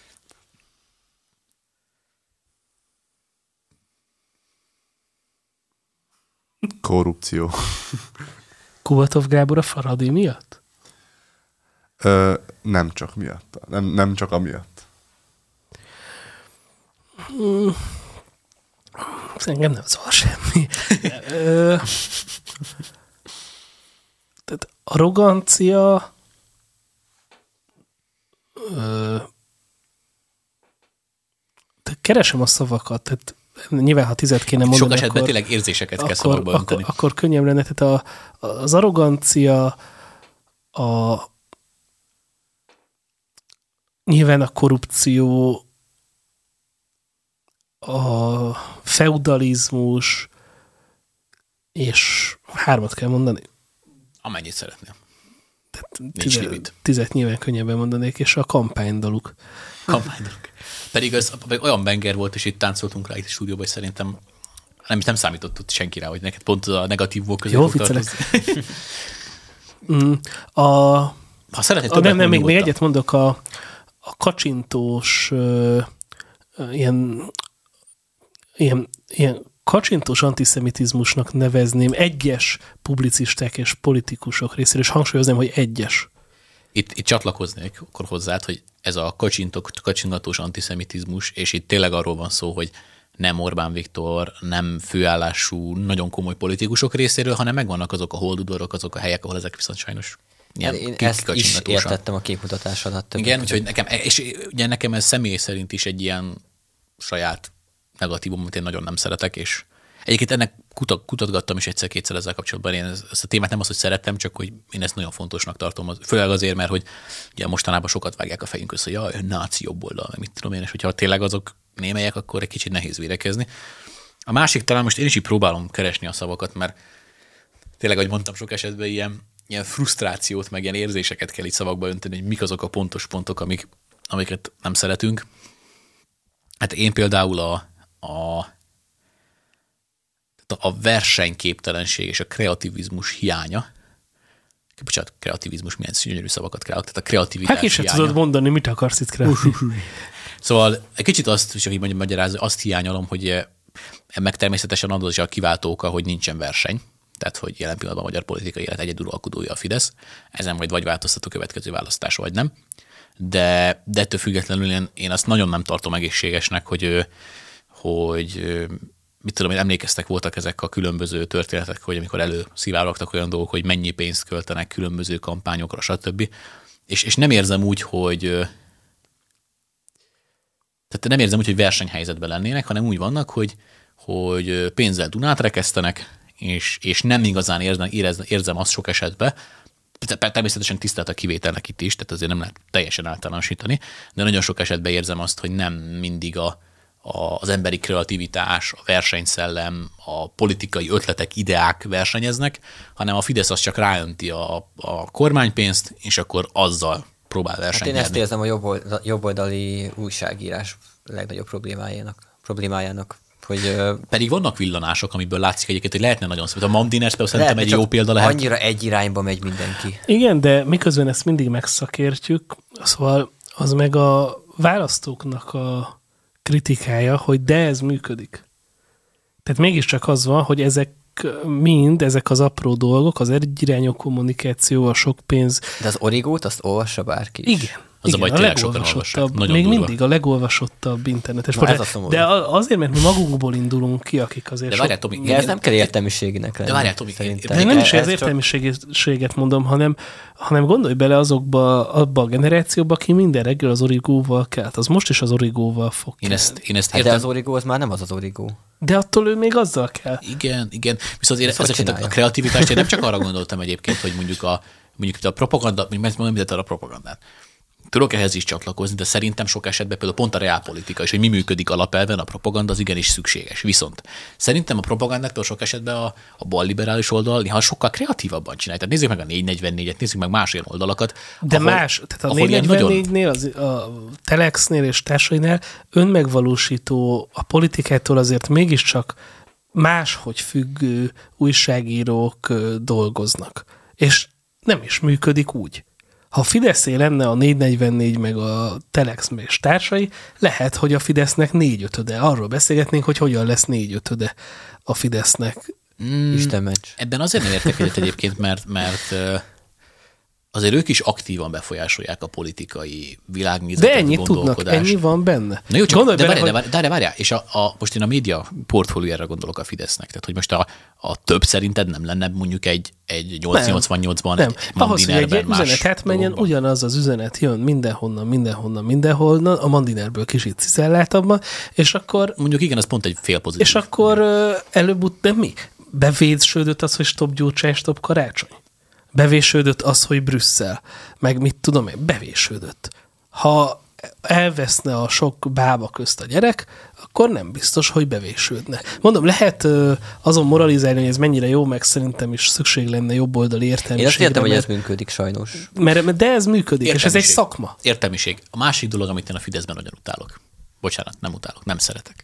Korrupció. Kubatov Gábor a Faradi miatt? Ö, nem csak miatt. Nem, nem csak amiatt. Hmm. Engem nem zavar semmi. Ö, tehát arrogancia, ö, keresem a szavakat, tehát nyilván, ha tizet kéne mondani, sok esetben akkor, tényleg érzéseket kell akkor, szavakba önteni. Akkor, akkor könnyebb lenne. Tehát a, az arrogancia, a nyilván a korrupció, a feudalizmus, és hármat kell mondani. Amennyit szeretnél. Tehát tizet, tizet nyilván könnyebben mondanék, és a kampánydaluk. Kampánydaluk. Pedig az olyan banger volt, és itt táncoltunk rá itt a stúdióban, hogy szerintem nem, nem számított ott senki rá, hogy neked pont a negatív volt között. Jó, viccelek. a, ha szeretnél a, nem, nem, még, még egyet mondok, a, a kacsintós ö, ö, ilyen, ilyen, ilyen kacsintós antiszemitizmusnak nevezném egyes publicisták és politikusok részéről, és hangsúlyoznám, hogy egyes. Itt, itt csatlakoznék akkor hozzád, hogy ez a kacsintok, kacsingatós antiszemitizmus, és itt tényleg arról van szó, hogy nem Orbán Viktor, nem főállású, nagyon komoly politikusok részéről, hanem megvannak azok a holdudorok, azok a helyek, ahol ezek viszont sajnos ilyen én ezt is értettem a képmutatás alatt. Igen, úgyhogy nekem, és ugye nekem ez személy szerint is egy ilyen saját negatívum, amit én nagyon nem szeretek, és egyébként ennek kutat, kutatgattam is egyszer-kétszer ezzel kapcsolatban. Én ezt a témát nem az, hogy szerettem, csak hogy én ezt nagyon fontosnak tartom. Főleg azért, mert hogy ugye mostanában sokat vágják a fejünk össze, hogy jaj, náci jobboldal, meg mit tudom én, és hogyha tényleg azok némelyek, akkor egy kicsit nehéz védekezni. A másik talán most én is így próbálom keresni a szavakat, mert tényleg, ahogy mondtam, sok esetben ilyen, ilyen frusztrációt, meg ilyen érzéseket kell itt szavakba önteni, hogy mik azok a pontos pontok, amik, amiket nem szeretünk. Hát én például a, a a versenyképtelenség és a kreativizmus hiánya. Bocsánat, kreativizmus, milyen gyönyörű szavakat kreálok, tehát a kreativitás hát is hiánya. tudod mondani, mit akarsz itt kreálni. Szóval egy kicsit azt, csak így mondjam, magyarázni, azt hiányolom, hogy meg természetesen az is a kiváltó oka, hogy nincsen verseny. Tehát, hogy jelen pillanatban a magyar politikai élet egyeduralkodója a Fidesz. Ezen majd vagy változtat a következő választás, vagy nem. De, de ettől függetlenül én, én azt nagyon nem tartom egészségesnek, hogy, hogy mit tudom én, emlékeztek, voltak ezek a különböző történetek, hogy amikor előszivárogtak olyan dolgok, hogy mennyi pénzt költenek különböző kampányokra, stb. És, és nem érzem úgy, hogy tehát nem érzem úgy, hogy versenyhelyzetben lennének, hanem úgy vannak, hogy, hogy pénzzel Dunát rekesztenek, és, és nem igazán érzem, érzem, érzem azt sok esetben, természetesen tisztelt a kivételnek itt is, tehát azért nem lehet teljesen általánosítani, de nagyon sok esetben érzem azt, hogy nem mindig a az emberi kreativitás, a versenyszellem, a politikai ötletek, ideák versenyeznek, hanem a Fidesz az csak ráönti a, a kormánypénzt, és akkor azzal próbál versenyezni. Hát én ezt érzem a jobboldali, jobboldali újságírás legnagyobb problémájának. problémájának hogy, Pedig vannak villanások, amiből látszik egyébként, hogy lehetne nagyon szép. A Mam Diners például szerintem egy jó példa lehet. Annyira egy irányba megy mindenki. Igen, de miközben ezt mindig megszakértjük, szóval az meg a választóknak a kritikája, hogy de ez működik. Tehát mégiscsak az van, hogy ezek mind, ezek az apró dolgok, az egyirányú kommunikáció, a sok pénz. De az Origót, azt olvassa bárki is. Igen. Az igen, a baj, a legolvasottabb, még durva. Mindig a legolvasottabb internetes. Na, de azért, mert mi magunkból indulunk ki, akik azért... De várjál, Tomi, de ez nem kell értelmiséginek lenni. De várjál, Tomi, szerintem. De nem is az értelmiséget mondom, hanem, hanem gondolj bele azokba, abba a generációba, aki minden reggel az Origóval kelt. Az most is az Origóval fog én ezt, én ezt hát de az Origó az már nem az az Origó. De attól ő még azzal kell. Igen, igen. Viszont én ezeket a kreativitást, én nem csak arra gondoltam egyébként, hogy mondjuk a, mondjuk a propaganda, mondjuk mondom, a propagandát. tudok ehhez is csatlakozni, de szerintem sok esetben például pont a reálpolitika és hogy mi működik alapelven, a propaganda az igenis szükséges. Viszont szerintem a propagandát például sok esetben a, a balliberális oldal néha sokkal kreatívabban csinálja. Tehát nézzük meg a négy negyvennégyet, nézzük meg más olyan oldalakat. De ahol, más, tehát a négy negyvennégynél, az, a Telexnél és társainál önmegvalósító a politikától azért mégiscsak máshogy függő újságírók dolgoznak. És nem is működik úgy. Ha a Fideszé lenne a négy negyvennégy meg a Telex és társai, lehet, hogy a Fidesznek négyötöde. Arról beszélgetnénk, hogy hogyan lesz négyötöde a Fidesznek. Mm, Isten meccs. Ebben azért nem értek egyet egyébként, mert, mert azért ők is aktívan befolyásolják a politikai világnézetet, de ennyit tudnak, ennyi van benne. Na jó, csak, Gondolj de bele, várjál, hogy... de várjál, és a, a, most én a média portfóliójára gondolok a Fidesznek. Tehát, hogy most a, a több szerinted nem lenne mondjuk egy, egy nyolcszáznyolcvannyolcban, nem. egy Ahhoz, hogy egy más üzenet átmenjen, dologban. ugyanaz az üzenet jön mindenhonnan, mindenhonnan, mindenhonnan, a Mandinerból kicsit cizelláltabban, és akkor... Mondjuk igen, az pont egy fél pozitív. És akkor előbb-utóbb, de mi? Bevédsődött az, hogy stop Gyurcsány, stop Karácsony? Bevésődött az, hogy Brüsszel, meg mit tudom én, bevésődött. Ha elveszne a sok bába közt a gyerek, akkor nem biztos, hogy bevésődne. Mondom, lehet azon moralizálni, hogy ez mennyire jó, meg szerintem is szükség lenne jobboldali értelmiségre. Én azt értem, hogy ez működik sajnos. Mert, de ez működik, és ez egy szakma. Értelmiség. A másik dolog, amit én a Fideszben nagyon utálok. Bocsánat, nem utálok, nem szeretek.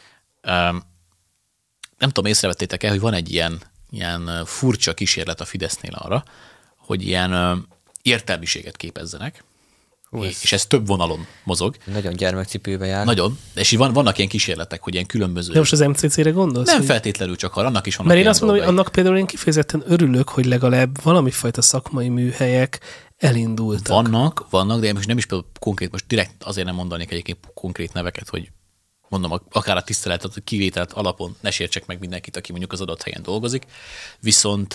Um, nem tudom, észrevettétek-e, hogy van egy ilyen ilyen furcsa kísérlet a Fidesznél arra, hogy ilyen ö, értelmiséget képezzenek, Hú, és, és ez több vonalon mozog. Nagyon gyermekcipőbe jár. Nagyon, és van, vannak ilyen kísérletek, hogy ilyen különböző... De most az em cé cé-re gondolsz? Nem hogy... feltétlenül csak arra, annak is vannak. Mert én azt mondom, hogy annak például én kifejezetten örülök, hogy legalább valamifajta szakmai műhelyek elindultak. Vannak, vannak, de én most nem is például konkrét, most direkt azért nem mondanék egyébként konkrét neveket, hogy mondom, akár a tiszteletet, hogy kivételt alapon ne sértsek meg mindenkit, aki mondjuk az adott helyen dolgozik. Viszont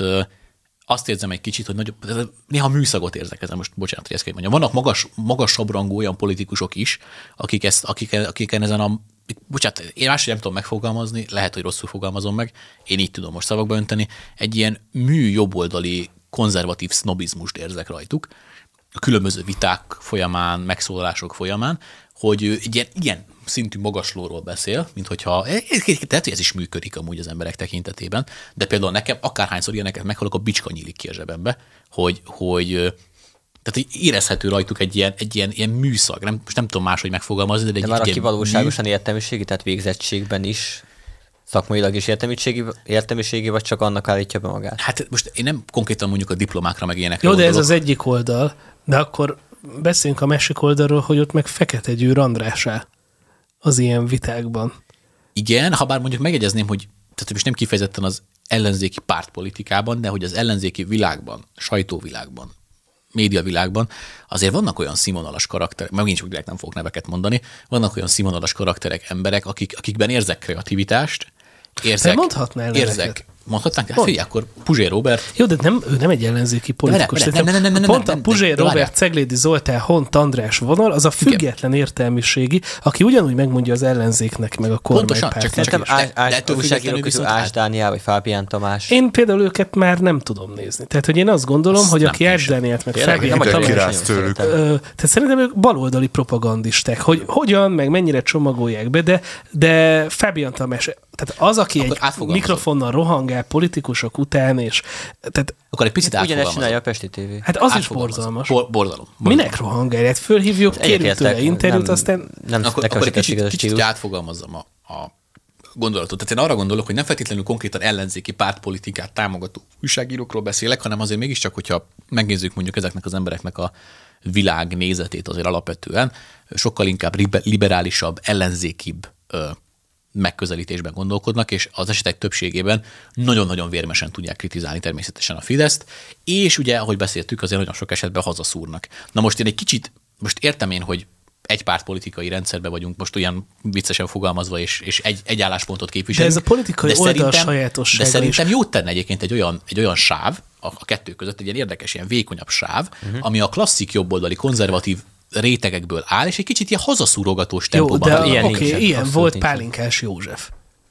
azt érzem egy kicsit, hogy nagyobb, néha műszagot érzek ezen, most bocsánat, hogy ezt kell mondjam. Vannak magas, magasabb rangú olyan politikusok is, akik ezt, akik, akiken ezen a, bocsánat, én máshogy nem tudom megfogalmazni, lehet, hogy rosszul fogalmazom meg, én így tudom most szavakba önteni, egy ilyen mű jobboldali konzervatív sznobizmust érzek rajtuk, a különböző viták folyamán, megszólalások folyamán, hogy egy ilyen, ilyen szintű magaslóról beszél, mint hogyha, tehát hogy ez is működik amúgy az emberek tekintetében, de például nekem akárhányszor ilyeneket meghallok, a bicska nyílik ki a zsebembe, hogy, hogy tehát érezhető rajtuk egy ilyen, egy ilyen, ilyen műszag, nem, most nem tudom máshogy megfogalmazni, de egy de már egy aki valóságosan mű... értelmiségi, tehát végzettségben is szakmailag is értelmiségi, értelmiségi, vagy csak annak állítja be magát? Hát most én nem konkrétan mondjuk a diplomákra meg ilyenekre Jó, de gondolok. ez az egyik oldal, de akkor beszéljünk a másik oldalról, hogy ott meg Fekete Győr Andrásá az ilyen vitákban. Igen, ha bár mondjuk megegyezném, hogy tehát most nem kifejezetten az ellenzéki pártpolitikában, de hogy az ellenzéki világban, sajtóvilágban, médiavilágban azért vannak olyan színvonalas karakterek, megint csak direkt nem fogok neveket mondani, vannak olyan színvonalas karakterek, emberek, akik, akikben érzek kreativitást, érzek, mondhatnál érzek, mondhatnánk? Hát figyelj, akkor Puzsé Róbert. Jó, de nem, ő nem egy ellenzéki politikus. Nem, nem, nem, nem, nem, pont nem, a Puzsé Róbert, Ceglédi Zoltán, Hont András vonal, az a független értelmiségi, aki ugyanúgy megmondja az ellenzéknek, meg a kormánypártnak. Szerintem újságírók közül Ács Dániel, vagy Fábián Tamás. Én például őket már nem tudom nézni. Tehát, hogy én azt gondolom, azt hogy aki Ács Dánielt, meg Fábián Tamás, tehát szerintem ők baloldali propagandisták, hogy hogyan, meg mennyire csomagolják be, de, de Fábián Tamás, tehát az, aki egy mikrofonnal rohangál politikusok után, és tehát... Akkor egy picit átfogalmazom. Ugyanezt csinálja a Pesti té vé. Hát az is borzalmas. Bor- borzalom. Minek rohangál? Hát fölhívjuk, kérjük tőle interjút, aztán... Nem, akkor, akkor egy kicsit, kicsit átfogalmazzam a, a gondolatot. Tehát én arra gondolok, hogy nem feltétlenül konkrétan ellenzéki pártpolitikát támogató újságírókról beszélek, hanem azért mégiscsak, hogyha megnézzük mondjuk ezeknek az embereknek a világnézetét azért alapvetően, sokkal inkább liberálisabb, ellenzékibb megközelítésben gondolkodnak, és az esetek többségében nagyon-nagyon vérmesen tudják kritizálni természetesen a Fideszt, és ugye, ahogy beszéltük, azért nagyon sok esetben hazaszúrnak. Na most én egy kicsit, most értem én, hogy egy pártpolitikai rendszerben vagyunk, most olyan viccesen fogalmazva, és, és egy, egy álláspontot képviselünk. De ez a politikai de oldal sajátossága De szerintem is. jót tenne egyébként egy olyan, egy olyan sáv, a, a kettő között egy ilyen érdekes, ilyen vékonyabb sáv, uh-huh. ami a klasszik jobboldali konzervatív rétegekből áll, és egy kicsit ilyen hazaszúrogatós tempóban. Jó, de ilyen, okay, ilyen volt nincsen. Pálinkás József.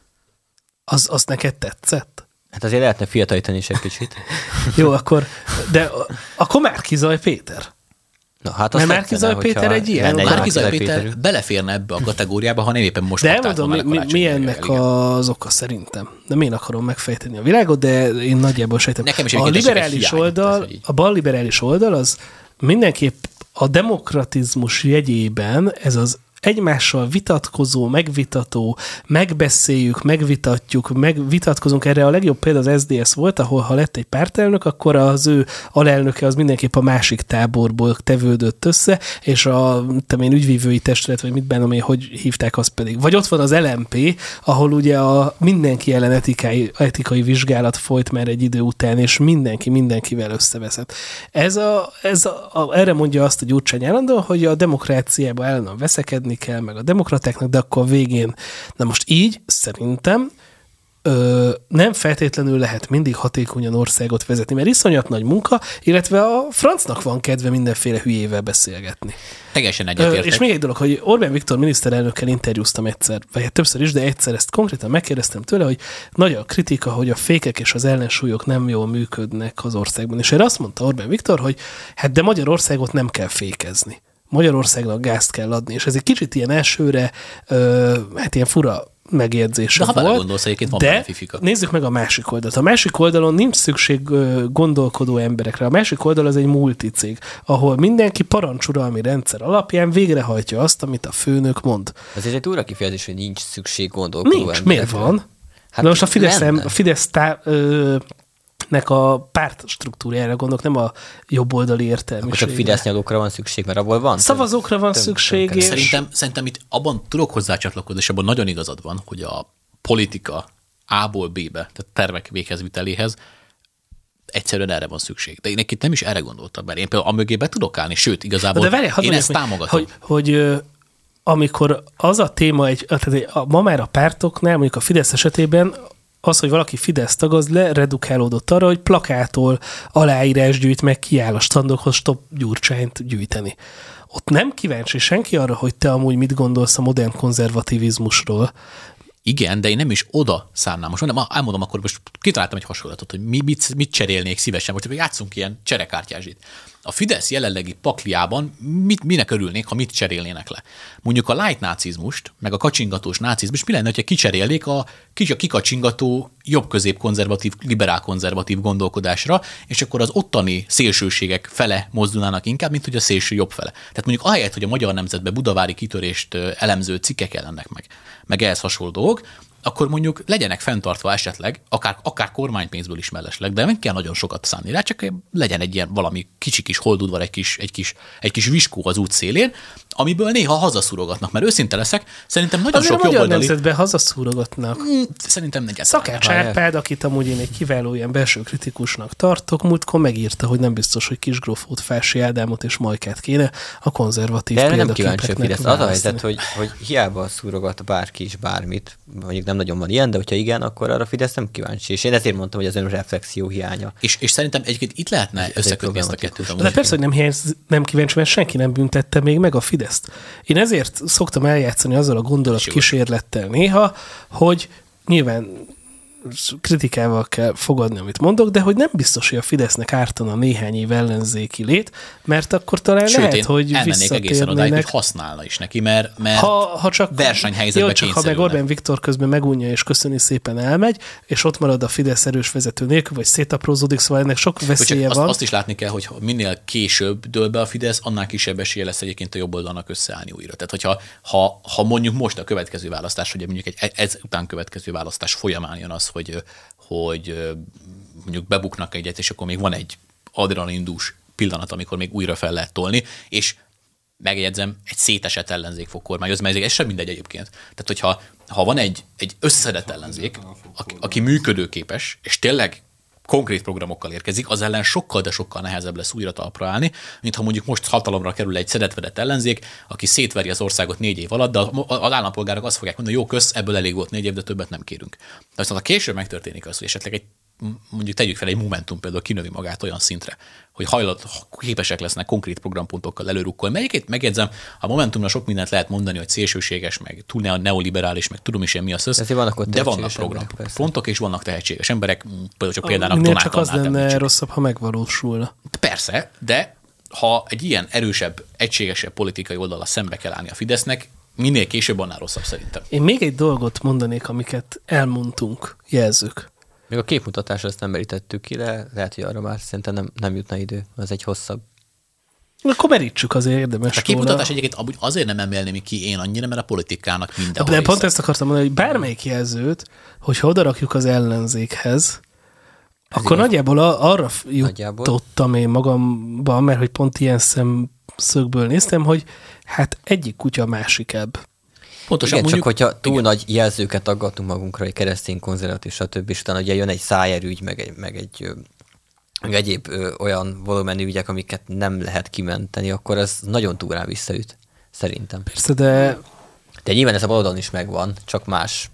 Az, az neked tetszett? Hát azért lehetne fiatalítani is egy kicsit. Jó, akkor, de akkor Márki-Zay Péter. Na, hát mert Márki-Zay Péter egy ilyen. Márki-Zay Péter, Péter beleférne ebbe a kategóriába, ha nem éppen most de elmondom, mi, mi, mi ennek az oka szerintem. Nem én akarom megfejteni a világot, de én nagyjából sejtem. Nekem is a liberális hiány, oldal, a bal liberális oldal az mindenképp a demokratizmus jegyében ez az egymással vitatkozó, megvitató, megbeszéljük, megvitatjuk, megvitatkozunk. Erre a legjobb példa az es zé dé es volt, ahol ha lett egy pártelnök, akkor az ő alelnöke az mindenképp a másik táborból tevődött össze, és a én, ügyvívői testület, vagy mit bánom én, hogy hívták azt pedig. Vagy ott van az el em pé, ahol ugye a mindenki ellen etikai, etikai vizsgálat folyt már egy idő után, és mindenki mindenkivel összeveszett. Ez a, ez a, a, erre mondja azt a Gyurcsány állandóan, hogy a demokráciában állandóan veszekedni kell, meg a demokratáknak, de akkor a végén, na most így szerintem ö, nem feltétlenül lehet mindig hatékonyan országot vezetni, mert iszonyat nagy munka, illetve a francnak van kedve mindenféle hülyével beszélgetni. Teljesen egyetértek. És még egy dolog, hogy Orbán Viktor miniszterelnökkel interjúztam egyszer, vagy többször is, de egyszer ezt konkrétan megkérdeztem tőle, hogy nagy a kritika, hogy a fékek és az ellensúlyok nem jól működnek az országban. És erre azt mondta Orbán Viktor, hogy hát de Magyarországot nem kell fékezni. Magyarországnak gázt kell adni, és ez egy kicsit ilyen elsőre, ö, hát ilyen fura megjegyzése de volt. Ha gondolsz, egyébként van de nézzük meg a másik oldalt. A másik oldalon nincs szükség gondolkodó emberekre. A másik oldal az egy multicég, ahol mindenki parancsuralmi rendszer alapján végrehajtja azt, amit a főnök mond. Ez egy újra kifejezés, hogy nincs szükség gondolkodó nincs. emberekre. Miért van? Hát na most a Fidesz, a Fidesz tá, ö, nek a párt struktúrájára gondolok, nem a jobboldali értelmiségre. Akkor csak Fidesz-nyalókra van szükség, mert abból van? Szavazókra van több, szükség. Több, és... Szerintem, szerintem itt abban tudok hozzácsatlakozni, és abban nagyon igazad van, hogy a politika A-ból B-be, tehát tervek véghezviteléhez egyszerűen erre van szükség. De én itt nem is erre gondoltam, mert én például amögé be tudok állni, sőt, igazából de várj, én ezt támogatom. Hogy, hogy amikor az a téma, egy, tehát ma már a pártoknál, mondjuk a Fidesz esetében az, hogy valaki Fidesz tag, az leredukálódott arra, hogy plakától aláírás gyűjt, meg kiáll a standokhoz Stop Gyurcsányt gyűjteni. Ott nem kíváncsi senki arra, hogy te amúgy mit gondolsz a modern konzervativizmusról. Igen, de én nem is oda szánnám. Most nem, elmondom, akkor most kitaláltam egy hasonlatot, hogy mi, mit, mit cserélnék szívesen, vagy játszunk ilyen cserekártyázsit. A Fidesz jelenlegi pakliában mit, minek örülnék, ha mit cserélnének le? Mondjuk a light nácizmust, meg a kacsingatós nácizmust, mi lenne, hogyha kicserélnék a, a kikacsingató jobb-közép-konzervatív, liberál-konzervatív gondolkodásra, és akkor az ottani szélsőségek fele mozdulnának inkább, mint hogy a szélső jobb fele. Tehát mondjuk ahelyett, hogy a Magyar Nemzetbe budavári kitörést elemző cikkek jelennek meg, meg ehhez hasonló dolgok, akkor mondjuk legyenek fenntartva esetleg, akár, akár kormánypénzből is mellesleg, de nem kell nagyon sokat szánni rá, csak legyen egy ilyen valami kicsi kis holdudvar, egy kis, egy kis, egy kis viskó az út szélén, amiből néha hazaszúrogatnak, mert őszinte leszek, szerintem nagyon azért sok jobboldali... Azért a Magyar Nemzetben hazaszúrogatnak. Mm, szerintem negyed. Szakács Árpád, akit amúgy én egy kiváló ilyen belső kritikusnak tartok, múltkor megírta, hogy nem biztos, hogy Kisgrófót, Fási Ádámot és Majkát kéne a konzervatív példaképeknek választani. Az a helyzet, hogy, hogy hiába szúrogat bárki is bármit, mondjuk nem nagyon van ilyen, de hogyha igen, akkor arra Fidesz nem kíváncsi. És én ezért mondtam, hogy az önreflexió hiánya. És, és szerintem egyébként itt lehetne összekötni ezt a kettőt. De persze, hogy nem, hiány, nem kíváncsi, mert senki nem büntette még meg a Fideszt. Én ezért szoktam eljátszani azzal a gondolat kísérlettel néha, hogy nyilván kritikával kell fogadni, amit mondok, de hogy nem biztos, hogy a Fidesznek ártana néhány év ellenzéki lét, mert akkor talán sőt, lehet, hogy elmennék egészen odáig, hogy használna is neki, mert, mert ha, ha csak, versenyhelyzetbe jó, csak ha meg Orbán Viktor közben megunja és köszöni szépen elmegy, és ott marad a Fidesz erős vezető nélkül, vagy szétaprózódik, szóval ennek sok veszélye azt, van. Azt is látni kell, hogy minél később dől be a Fidesz, annál kisebb esélye lesz egyébként a jobb oldalnak összeállni újra. Tehát, hogyha ha, ha mondjuk most a következő választás, hogy mondjuk egy ez után következő választás folyamán jön az, hogy hogy mondjuk bebuknak egyet, és akkor még van egy adrenalinindús pillanat, amikor még újra fel lehet tolni, és megjegyzem, egy szétesett ellenzék fog kormányozni, mert ez sem mindegy egyébként. Tehát, hogyha ha van egy, egy összeszedett ellenzék, aki működőképes, és tényleg konkrét programokkal érkezik, az ellen sokkal, de sokkal nehezebb lesz újra talpra állni, mint ha mondjuk most hatalomra kerül egy szedetvedett ellenzék, aki szétveri az országot négy év alatt, de az állampolgárok azt fogják mondani, jó, kösz, ebből elég volt négy év, de többet nem kérünk. De aztán ha később megtörténik az, hogy esetleg egy, mondjuk tegyük fel, egy Momentum például kinövi magát olyan szintre, hogy hajlat, képesek lesznek konkrét programpontokkal előrukkolni. Melyiket megjegyzem, a Momentumra sok mindent lehet mondani, hogy szélsőséges, meg túl neoliberális, meg tudom is én mi az össz, de vannak programpontok, és vannak tehetséges emberek, például csak például Minél csak az lenne rosszabb, ha megvalósulna. Persze, de ha egy ilyen erősebb, egységesebb politikai oldala szembe kell állni a Fidesznek, minél később, annál rosszabb szerintem. Én még egy dolgot mondanék, amiket elmondtunk, jelzők. Még a képmutatásra ezt nem merítettük ki, de lehet, hogy arra már szerintem nem, nem jutna idő. Ez egy hosszabb. Akkor merítsük, azért érdemes. A képmutatás egyébként azért nem emelném ki én annyira, mert a politikának mindenhol. De pont ezt akartam mondani, hogy bármelyik jelzőt, hogyha odarakjuk az ellenzékhez, ez akkor igaz. Nagyjából arra jutottam én magamban, mert hogy pont ilyen szemszögből néztem, hogy hát egyik kutya a másik ebb. Pontosan, igen, mondjuk, csak hogyha túl igen. nagy jelzőket aggatunk magunkra, egy keresztény, konzervatív, stb. És utána ugye jön egy szájerügy, meg egy, meg egy meg egyéb ö, olyan volumenű ügyek, amiket nem lehet kimenteni, akkor ez nagyon túl rá visszaüt, szerintem. Persze, de... De nyilván ez a baloldalon is megvan, csak más.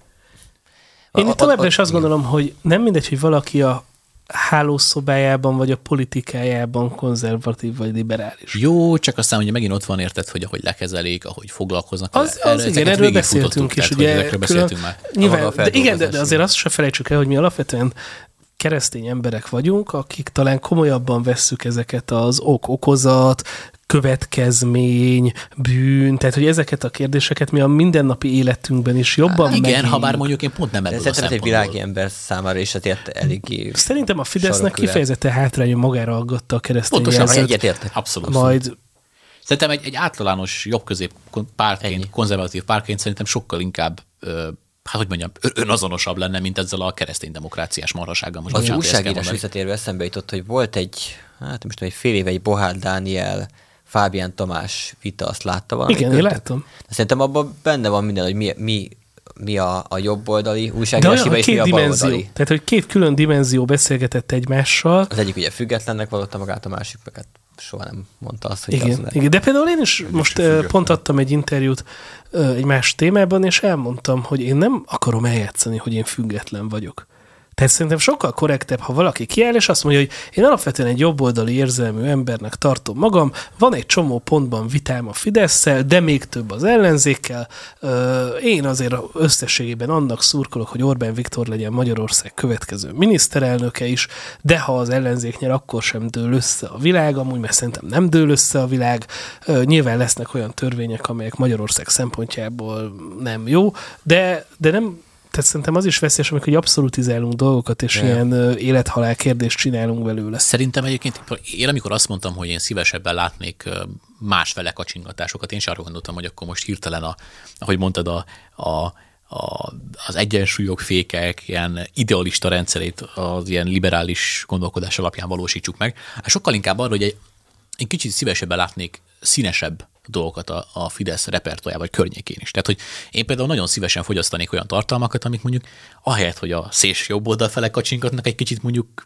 Én itt továbbra is azt igen. gondolom, hogy nem mindegy, hogy valaki a hálószobájában, vagy a politikájában konzervatív, vagy liberális. Jó, csak aztán ugye megint ott van, érted, hogy ahogy lekezelik, ahogy foglalkoznak. Az, az erre, igen, erről beszéltünk is. Tehát, ugye, külön, beszéltünk már. Nyilván, de igen, de, de azért azt se felejtsük el, hogy mi alapvetően keresztény emberek vagyunk, akik talán komolyabban vesszük ezeket az ok-okozat, következmény, bűn, tehát hogy ezeket a kérdéseket mi a mindennapi életünkben is jobban hát, igen, megéljük. ha bár mondjuk én pont nem ebből a szempontból. egy világi ember számára is azért eléggé... Szerintem a Fidesznek kifejezetten hátrányú magára aggatta a keresztény jelzőt. Pontosan, egyetértek. Abszolút. Majd... Szerintem egy, egy általános jobb-közép pártként, Ennyi. konzervatív pártként szerintem sokkal inkább ö, hát hogy mondjam, önazonosabb lenne, mint ezzel a keresztény demokráciás marhasággal. Most az újságírás visszatérve eszembe jutott, hogy volt egy, hát most egy fél éve egy Bohár Dániel, Fábián Tamás vita, azt látta valami? Igen, én láttam. Szerintem abban benne van minden, hogy mi, mi, mi a, a jobboldali újságírásban, és mi a baloldali. Tehát, hogy két külön dimenzió beszélgetett egymással. Az egyik ugye függetlennek vallotta magát, a másik meg hát soha nem mondta azt, hogy igen, az igen, de például én is én most is pont adtam egy interjút egy más témában, és elmondtam, hogy én nem akarom eljátszani, hogy én független vagyok. Tehát szerintem sokkal korrektebb, ha valaki kiáll, és azt mondja, hogy én alapvetően egy jobboldali érzelmű embernek tartom magam, van egy csomó pontban vitám a Fidesszel, de még több az ellenzékkel. Én azért összességében annak szurkolok, hogy Orbán Viktor legyen Magyarország következő miniszterelnöke is, de ha az ellenzék nyer, akkor sem dől össze a világ, amúgy mert szerintem nem dől össze a világ. Nyilván lesznek olyan törvények, amelyek Magyarország szempontjából nem jó, de, de nem... Tehát szerintem az is veszélyes, amikor abszolutizálunk dolgokat, és yeah. ilyen élethalál kérdést csinálunk belőle. Szerintem egyébként én amikor azt mondtam, hogy én szívesebben látnék másfele kacsingatásokat, én is arra gondoltam, hogy akkor most hirtelen, a, ahogy mondtad, a, a, a, az egyensúlyok, fékek, ilyen idealista rendszerét az ilyen liberális gondolkodás alapján valósítsuk meg. Sokkal inkább arra, hogy egy, egy kicsit szívesebben látnék színesebb dolgokat a, a Fidesz repertoárjában, vagy környékén is. Tehát, hogy én például nagyon szívesen fogyasztanék olyan tartalmakat, amik mondjuk ahelyett, hogy a szélső jobb oldal fele kacsingatnak, egy kicsit mondjuk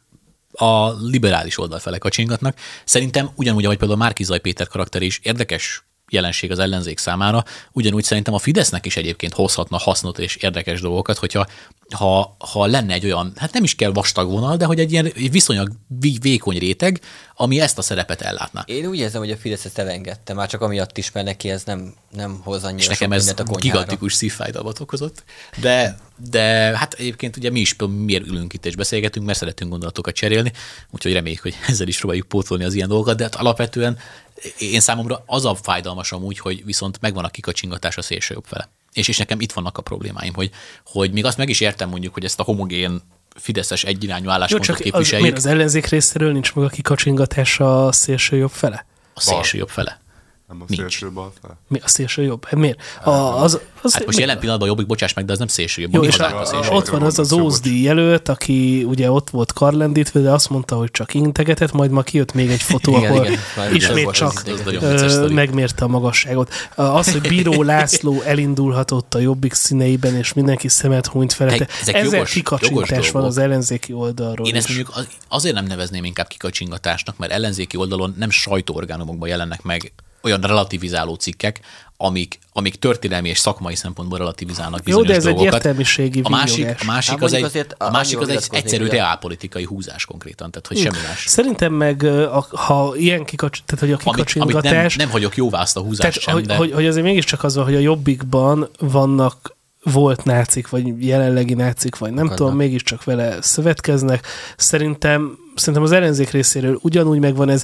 a liberális oldal fele kacsingatnak. Szerintem ugyanúgy, ahogy például Márki-Zay Péter karakter is érdekes jelenség az ellenzék számára, ugyanúgy szerintem a Fidesznek is egyébként hozhatna hasznot és érdekes dolgokat, hogyha ha, ha lenne egy olyan, hát nem is kell vastag vonal, de hogy egy ilyen viszonylag vékony réteg, ami ezt a szerepet ellátná. Én úgy érzem, hogy a Fidesz ezt elengedte, már csak amiatt is, mert neki ez nem, nem hoz annyira és nekem ez gigantikus szívfájdalmat okozott, de, de hát egyébként ugye mi is miért ülünk itt és beszélgetünk, mert szeretünk gondolatokat cserélni, úgyhogy reméljük, hogy ezzel is próbáljuk pótolni az ilyen dolgokat, de hát alapvetően én számomra az a fájdalmas amúgy, hogy viszont megvan a kikacsingatás a szélső jobb fele. És, és nekem itt vannak a problémáim, hogy, hogy még azt meg is értem mondjuk, hogy ezt a homogén fideszes egyirányú álláspontot képviseljük. Miért az ellenzék részéről nincs meg a kikacsingatás a szélső jobb fele? A szélső jobb fele. Nem a szélső bal fele. Mi a szélső jobb? Hát miért? A, az, az hát most jelen pillanatban Jobbik, bocsáss meg, de az nem szélső jobb. Jó, és a, a szélső ott van az az Ózdi jelölt, aki ugye ott volt karlendítve, de azt mondta, hogy csak integetett, majd ma kijött még egy fotó, igen, ahol igen, ismét csak ö, megmérte a magasságot. Az, hogy Bíró László elindulhatott a Jobbik színeiben, és mindenki szemet hunyt felette. Ezzel kikacsintás van az ellenzéki oldalról. Én ezt mondjuk azért nem nevezném inkább kikacsingatásnak, mert ellenzéki oldalon nem sajtóorgánumokban jelennek meg olyan relativizáló cikkek, amik, amik történelmi és szakmai szempontból relativizálnak bizonyos dolgokat. Jó, de ez dolgokat. Egy értelmiségi a másik, a másik az egy, a másik az egy egyszerű reálpolitikai húzás konkrétan, tehát hogy semmi más. Szerintem meg, ha ilyen kikacs, tehát hogy a kikacsingatás... Amit, amit nem, nem hagyok jóvá azt a húzást tehát, sem, hogy, de... hogy, hogy azért mégiscsak az van, hogy a Jobbikban vannak volt nácik, vagy jelenlegi nácik, vagy nem Akadnak. tudom, mégiscsak vele szövetkeznek. Szerintem, szerintem az ellenzék részéről ugyanúgy megvan ez.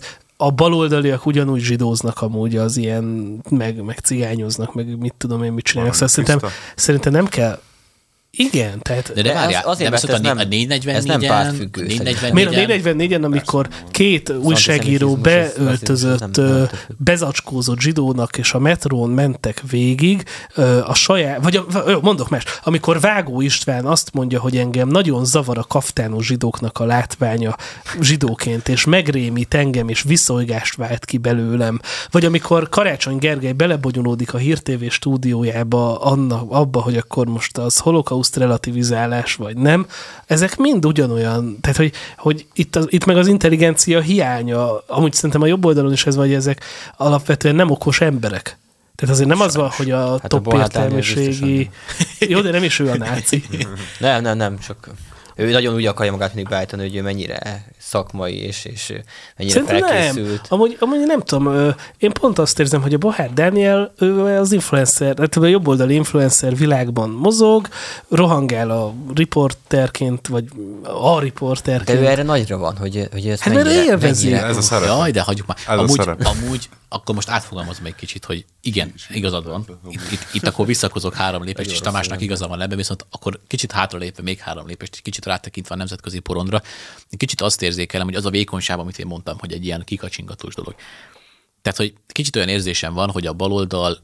a baloldaliak ugyanúgy zsidóznak amúgy az ilyen, meg, meg cigányoznak, meg mit tudom én, mit csinálnak. Szóval szerintem, szerintem nem kell. Igen, tehát... De, de várjál, azért, nem mert ez nem, a négyszáznegyvennégyen, ez nem pártfüggő. Miért a négyszáznegyvennégyen, amikor két újságíró beöltözött, bezacskózott zsidónak, és a metrón mentek végig, a saját, vagy a, mondok más, amikor Vágó István azt mondja, hogy engem nagyon zavar a kaftános zsidóknak a látványa zsidóként, és megrémít engem, és viszonygást vált ki belőlem, vagy amikor Karácsony Gergely belebonyolódik a Hír té vé stúdiójába anna, abba, hogy akkor most az holokauszt relativizálás, vagy nem, ezek mind ugyanolyan, tehát, hogy, hogy itt, az, itt meg az intelligencia hiánya, amúgy szerintem a jobb oldalon is ez vagy, ezek alapvetően nem okos emberek. Tehát azért nem az van, hogy a hát top értelmiségi... Jó, de nem is ő a náci. nem, nem, nem, csak ő nagyon úgy akarja magát mindig beállítani, hogy ő mennyire szakmai, és, és mennyire szerintem felkészült. Nem. Amúgy, amúgy nem tudom, én pont azt érzem, hogy a Bohár Dániel, ő az influencer, tehát a jobboldali influencer világban mozog, rohangál a riporterként, vagy a riporterként. De ő erre nagyra van, hogy, hogy ezt hát mennyire, élvezi. mennyire... Ez a szerep. Jaj, de hagyjuk már. Ez amúgy, amúgy, akkor most átfogalmazom egy kicsit, hogy igen, igazad van. Itt, itt, itt akkor visszakozok három lépést, és Tamásnak igaza van ebben, viszont akkor kicsit hátralépve még három lépést, kicsit rátekintve a nemzetközi porondra, kicsit azt érzékelem, hogy az a vékonyság, amit én mondtam, hogy egy ilyen kikacsingatós dolog. Tehát, hogy kicsit olyan érzésem van, hogy a baloldal,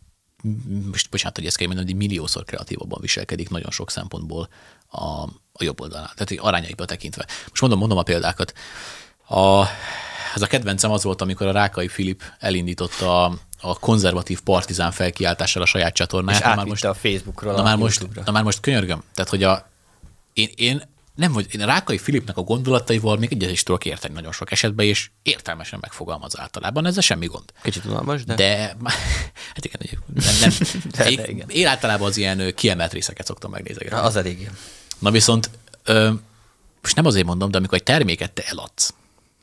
most bocsánat, hogy ezt kell mondani, hogy milliószor kreatívabban viselkedik nagyon sok szempontból a, a jobb oldalán. Tehát, hogy arányaiba tekintve. Most mondom, mondom a példákat. A, ez a kedvencem az volt, amikor a Rákai Filip elindította a, a konzervatív partizán felkiáltással a saját csatornáját. És átvitte most, a Facebookról na a már most, YouTube-ra. Na már most könyörgöm. Tehát, hogy a, én, én nem, hogy én a Rákai Filipnek a gondolataival még egyet is tudok érteni nagyon sok esetben, és értelmesen megfogalmaz általában, ezzel semmi gond. Kicsit unalmas, de... De, hát igen, nem, nem, de, én, de igen. Én általában az ilyen kiemelt részeket szoktam megnézni. Az elég. Na viszont, ö, most nem azért mondom, de amikor egy terméket te eladsz,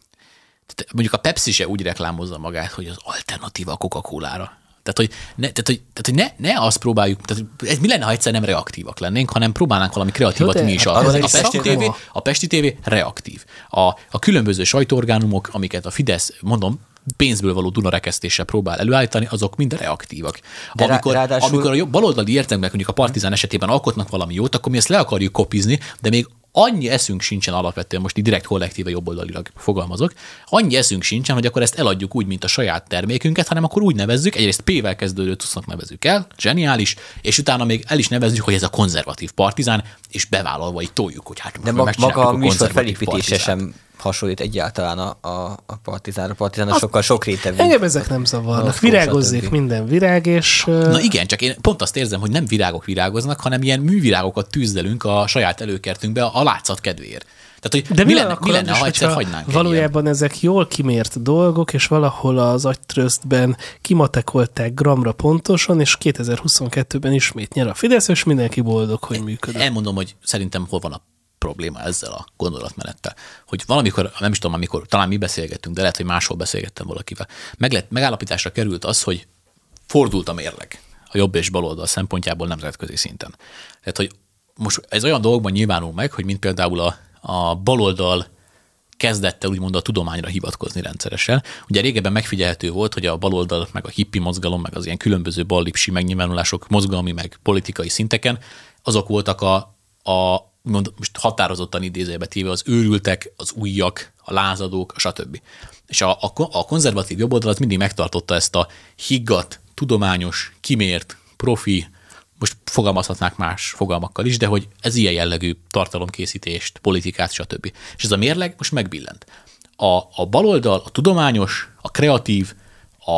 tehát mondjuk a Pepsi se úgy reklámozza magát, hogy az alternatíva a Coca-Colára. Tehát, hogy ne, tehát, hogy, tehát, hogy ne, ne azt próbáljuk, tehát, ez mi lenne, ha egyszer nem reaktívak lennénk, hanem próbálnánk valami kreatívat Jó, mi is hát alkotni. A, az Pesti té vé, a Pesti té vé reaktív. A, a különböző sajtóorgánumok, amiket a Fidesz, mondom, pénzből való dunarekesztéssel próbál előállítani, azok mind reaktívak. De amikor, ráadásul... amikor a baloldali értelmek, mondjuk a Partizán esetében alkotnak valami jót, akkor mi ezt le akarjuk kopizni, de még annyi eszünk sincsen alapvetően, most így direkt kollektíve jobboldalilag fogalmazok, annyi eszünk sincsen, hogy akkor ezt eladjuk úgy, mint a saját termékünket, hanem akkor úgy nevezzük, egyrészt P-vel kezdődő tusznak nevezzük el, zseniális, és utána még el is nevezzük, hogy ez a konzervatív partizán, és bevállalva így toljuk, hogy hát de maga, maga a műsor felépítése sem hasonlít egyáltalán a, a, a partizánra. A partizán a sokkal sokrétebb. Engem ezek nem zavarnak. Virágozzék minden virág, és... Na igen, csak én pont azt érzem, hogy nem virágok virágoznak, hanem ilyen művirágokat tűzdelünk a saját előkertünkbe a látszat kedvéért. Tehát, hogy de mi, mi lenne, mi lenne, is, ha egyszer hagynánk valójában ilyen? Ezek jól kimért dolgok, és valahol az agytrösztben kimatekolták gramra pontosan, és kétezer-huszonkettőben ismét nyer a Fidesz, és mindenki boldog, hogy működik. Elmondom, hogy szerintem hol van a probléma ezzel a gondolatmenettel. Hogy valamikor, nem is tudom, amikor talán mi beszélgettünk, de lehet, hogy máshol beszélgettem valakivel. Meg lett, megállapításra került az, hogy fordult a mérleg a jobb és baloldal szempontjából nemzetközi szinten. Tehát, hogy most ez olyan dolgokban nyilvánul meg, hogy mint például a, a baloldal kezdett el úgymond a tudományra hivatkozni rendszeresen. Ugye régebben megfigyelhető volt, hogy a baloldal, meg a hippi mozgalom, meg az ilyen különböző ballipsi megnyilvánulások mozgalmi, meg politikai szinteken, azok voltak a, a most határozottan idézőjelbe téve az őrültek, az újjak, a lázadók, stb. És a, a, a konzervatív jobboldal az mindig megtartotta ezt a higgadt, tudományos, kimért, profi, most fogalmazhatnák más fogalmakkal is, de hogy ez ilyen jellegű tartalomkészítést, politikát, stb. És ez a mérleg most megbillent. A, a baloldal, a tudományos, a kreatív, a...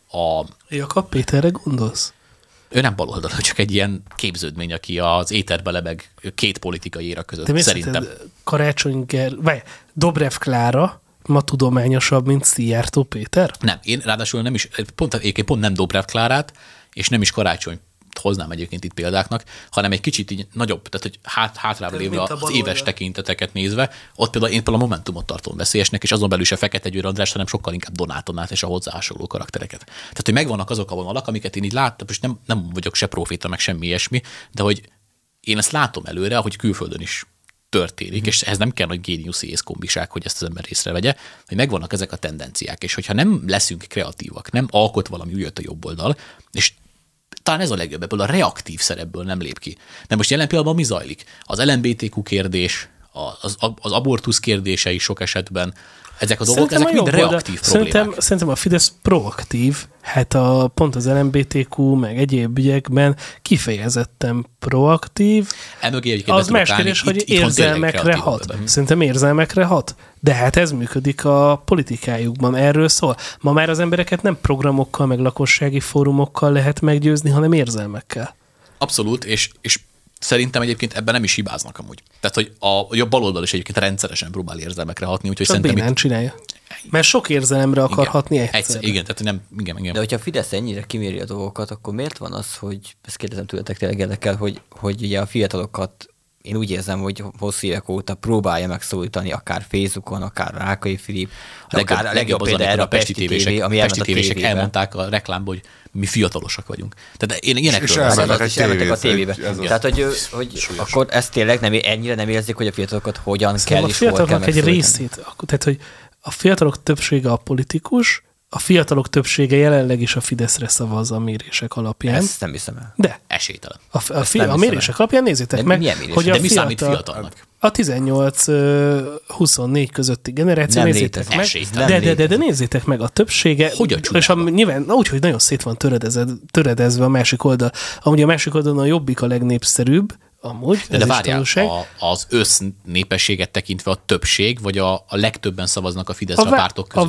a Jakab Péterre gondolsz? Ő nem baloldal, csak egy ilyen képződmény, aki az éterbe lebeg két politikai éra között, de szerintem. Karácsony Ger... vagy Dobrev Klára ma tudományosabb, mint Szijjártó Péter? Nem, én ráadásul nem is, pont, egyébként pont nem Dobrev Klárát, és nem is Karácsony hoznám egyébként itt példáknak, hanem egy kicsit így nagyobb, tehát hogy hát, hátrább lévő az éves tekinteteket nézve, ott például én például a Momentumot tartom veszélyesnek, és azon belül se Fekete Győr András, hanem sokkal inkább Donátonát és a hozzá hasonló karaktereket. Tehát, hogy megvannak azok a vonalak, amiket én így láttam, és nem, nem vagyok se proféta, meg semmi ilyesmi, de hogy én ezt látom előre, ahogy külföldön is történik, mm. és ez nem kell nagy géniusz kombiság, hogy ezt az ember észrevegye, hogy megvannak ezek a tendenciák, és hogyha nem leszünk kreatívak, nem alkot valami újat a jobb oldal, és talán ez a legjobb, ebből a reaktív szerepből nem lép ki. De most jelen pillanatban mi zajlik? Az el em bé té kú kérdés, az, az abortusz kérdése is sok esetben, ezek a dolgok, ezek mind reaktív problémák. Szerintem, szerintem a Fidesz proaktív, hát a, pont az el em bé té kú, meg egyéb ügyekben kifejezetten proaktív. Elmögé az más kérdés, hogy itt, érzelmekre hat. Ebben. Szerintem érzelmekre hat. De hát ez működik a politikájukban, erről szól. Ma már az embereket nem programokkal, meg lakossági fórumokkal lehet meggyőzni, hanem érzelmekkel. Abszolút, és, és szerintem egyébként ebben nem is hibáznak amúgy. Tehát, hogy a jobb baloldal is egyébként rendszeresen próbál érzelmekre hatni, úgyhogy csak szerintem... Bénán itt... csinálja. Mert sok érzelemre akar igen, hatni egyszerre. egyszer. Igen, tehát nem... Igen, igen. De hogyha a Fidesz ennyire kiméri a dolgokat, akkor miért van az, hogy, ezt kérdezem tőletek, tényleg érdekel, hogy, hogy ugye a fiatalokat, én úgy érzem, hogy hosszú évek óta próbálja megszólítani, akár Facebookon, akár Rákai Filip, a legjobb, akár a legjobb az, amikor a Pesti tévések, ami Pesti tévések elmondták a reklámba, hogy mi fiatalosak vagyunk. Tehát én ilyenekről elmentek a, tévébe. a tévébe. Tehát, hogy, hogy akkor ezt tényleg nem, ennyire nem érzik, hogy a fiatalokat hogyan szóval kell és hol kell megszólítani. A fiataloknak egy részét, tehát, hogy a fiatalok többsége a politikus, a fiatalok többsége jelenleg is a Fideszre szavaz a mérések alapján. Ezt nem hiszem el. De. Esélytelen. A, a, fi, a mérések el. alapján nézzétek de meg, hogy a de mi fiatal, számít fiatalnak? A tizennyolc huszonnégy közötti generáció, nem nézzétek meg. Esélytelen. De, de, de, de nézzétek meg, a többsége, hogy és a, nyilván úgy, hogy nagyon szét van töredezve, töredezve a másik oldal. Amúgy a másik oldalon a Jobbik a legnépszerűbb, amúgy, de, de várjál, a, az össznépességet tekintve a többség, vagy a, a legtöbben szavaznak a Fideszre a, vá- a pártok közül? A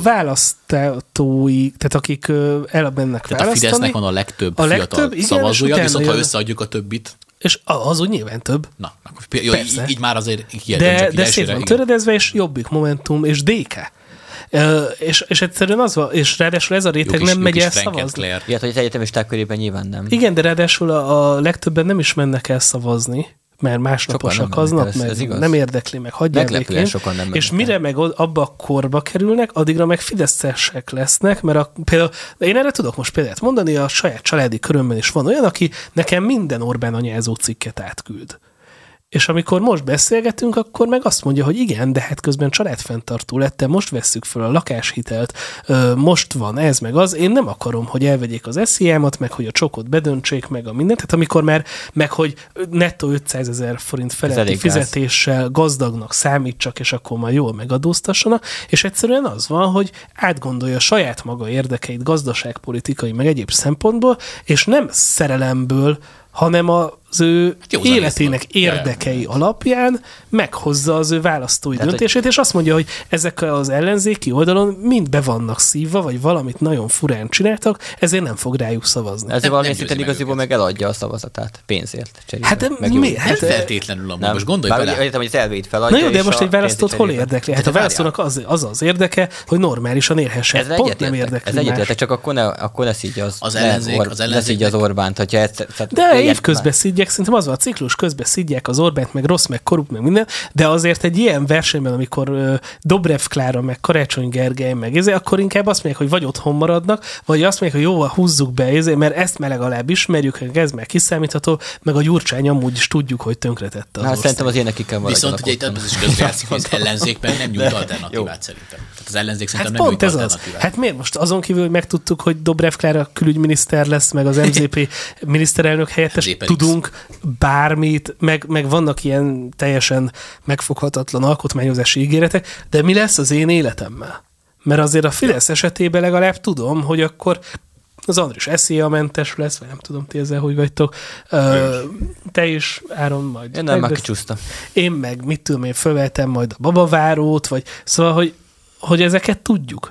választói, tehát akik elmennek tehát választani. A Fidesznek van a legtöbb a fiatal legtöbb, igen, szavazója, viszont ha összeadjuk a többit. És az úgy nyilván több. Na, akkor jó, így, így már azért hihetem. De, de szét van töredezve, és Jobbik, Momentum és dé ká. Uh, és, és egyszerűen az van, és ráadásul ez a réteg nem megy el szavazni. Ilyet, hogy az egyetemisták körében nyilván nem. Igen, de ráadásul a, a legtöbben nem is mennek el szavazni, mert másnaposak aznap, ez, meg ez nem érdekli, meg hagyják végén. És mire el. meg abba a korba kerülnek, addigra meg fideszesek lesznek, mert a, például, én erre tudok most példát mondani, a saját családi körömben is van olyan, aki nekem minden Orbán anyázó cikket átküld. És amikor most beszélgetünk, akkor meg azt mondja, hogy igen, de hát közben családfenntartó lettem, most vesszük föl a lakáshitelt, most van ez meg az, én nem akarom, hogy elvegyék az esziámat, meg hogy a csokot bedöntsék, meg a mindent, tehát amikor már, meg hogy nettó ötszázezer forint feletti fizetéssel gáz. gazdagnak számítsak, és akkor már jól megadóztassanak, és egyszerűen az van, hogy átgondolja saját maga érdekeit gazdaságpolitikai, meg egyéb szempontból, és nem szerelemből, hanem az ő jó életének érdekei jaj. alapján meghozza az ő választói Tehát, döntését, hogy... és azt mondja, hogy ezek az ellenzéki oldalon mind be vannak szívva, vagy valamit nagyon furán csináltak, ezért nem fog rájuk szavazni. Ezért valami szinten igaziból meg eladja a szavazatát pénzért. Cserébe. Hát mi? Hát feltétlenül amúgy, most gondolj bele. Bár értem, hogy az elvét feladja. Na jó, de most egy választót hol érdekli? Hát a választónak az, az az érdeke, hogy normálisan érhessen. Ez Pont nem érdekli. Ez egyetértek, csak akkor ne, akkor ne szígy az, az ellenzék, az ellenzék az Orbánt, hogyha ez, de évközben szidják, szerintem az van, a ciklus közben szidják az Orbánt, meg rossz, meg korrupt, meg minden, de azért egy ilyen versenyben, amikor uh, Dobrev Klára, meg Karácsony Gergely, meg ezért, akkor inkább azt mondják, hogy vagy otthon maradnak, vagy azt mondják, hogy jó, húzzuk be ezért, mert ezt már legalább ismerjük, hogy ez már kiszámítható, meg a Gyurcsány amúgy is tudjuk, hogy tönkretette az hát szerintem az ilyenek kell maradni. Viszont ugye itt az is közrejátszik, hogy az ellenzékben nem nyújt alternatívát szerintem. Tehát az ellenzék szerintem hát nem nyújt alternatívát. Hát miért most azon kívül, hogy megtudtuk, hogy Dobrev Klára külügyminiszter lesz, meg az em zé pé miniszterelnök helyettes, tudunk bármit, meg, meg vannak ilyen teljesen megfoghatatlan alkotmányozási ígéretek, de mi lesz az én életemmel? Mert azért a Fidesz esetében legalább tudom, hogy akkor az Andris eszélyamentes lesz, vagy nem tudom, ti ezzel hogy vagytok. Ö, te is, Áron, majd... Én nem, már kicsúsztam. Én meg, mit tudom, én fölvettem majd a babavárót, vagy szóval, hogy, hogy ezeket tudjuk.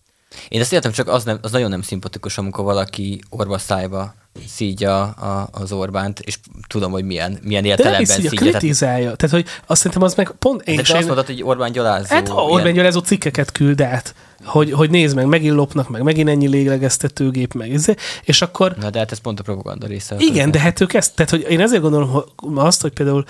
Én ezt értem, csak az, nem, az nagyon nem szimpatikus, amikor valaki orva szájba szídja a, az Orbánt, és tudom, hogy milyen, milyen értelemben szídja. De kritizálja. Tehát, hogy azt szerintem az meg pont... Én de te azt mondod, hogy Orbán gyalázó. Hát, ha Orbán gyalázó cikkeket küld át, hogy, hogy nézd meg, megint lopnak, meg megint ennyi lélegeztetőgép, meg ez, és akkor... Na, de hát ez pont a propaganda része. Igen, de hát ők ezt, tehát, hogy én ezért gondolom hogy azt, hogy például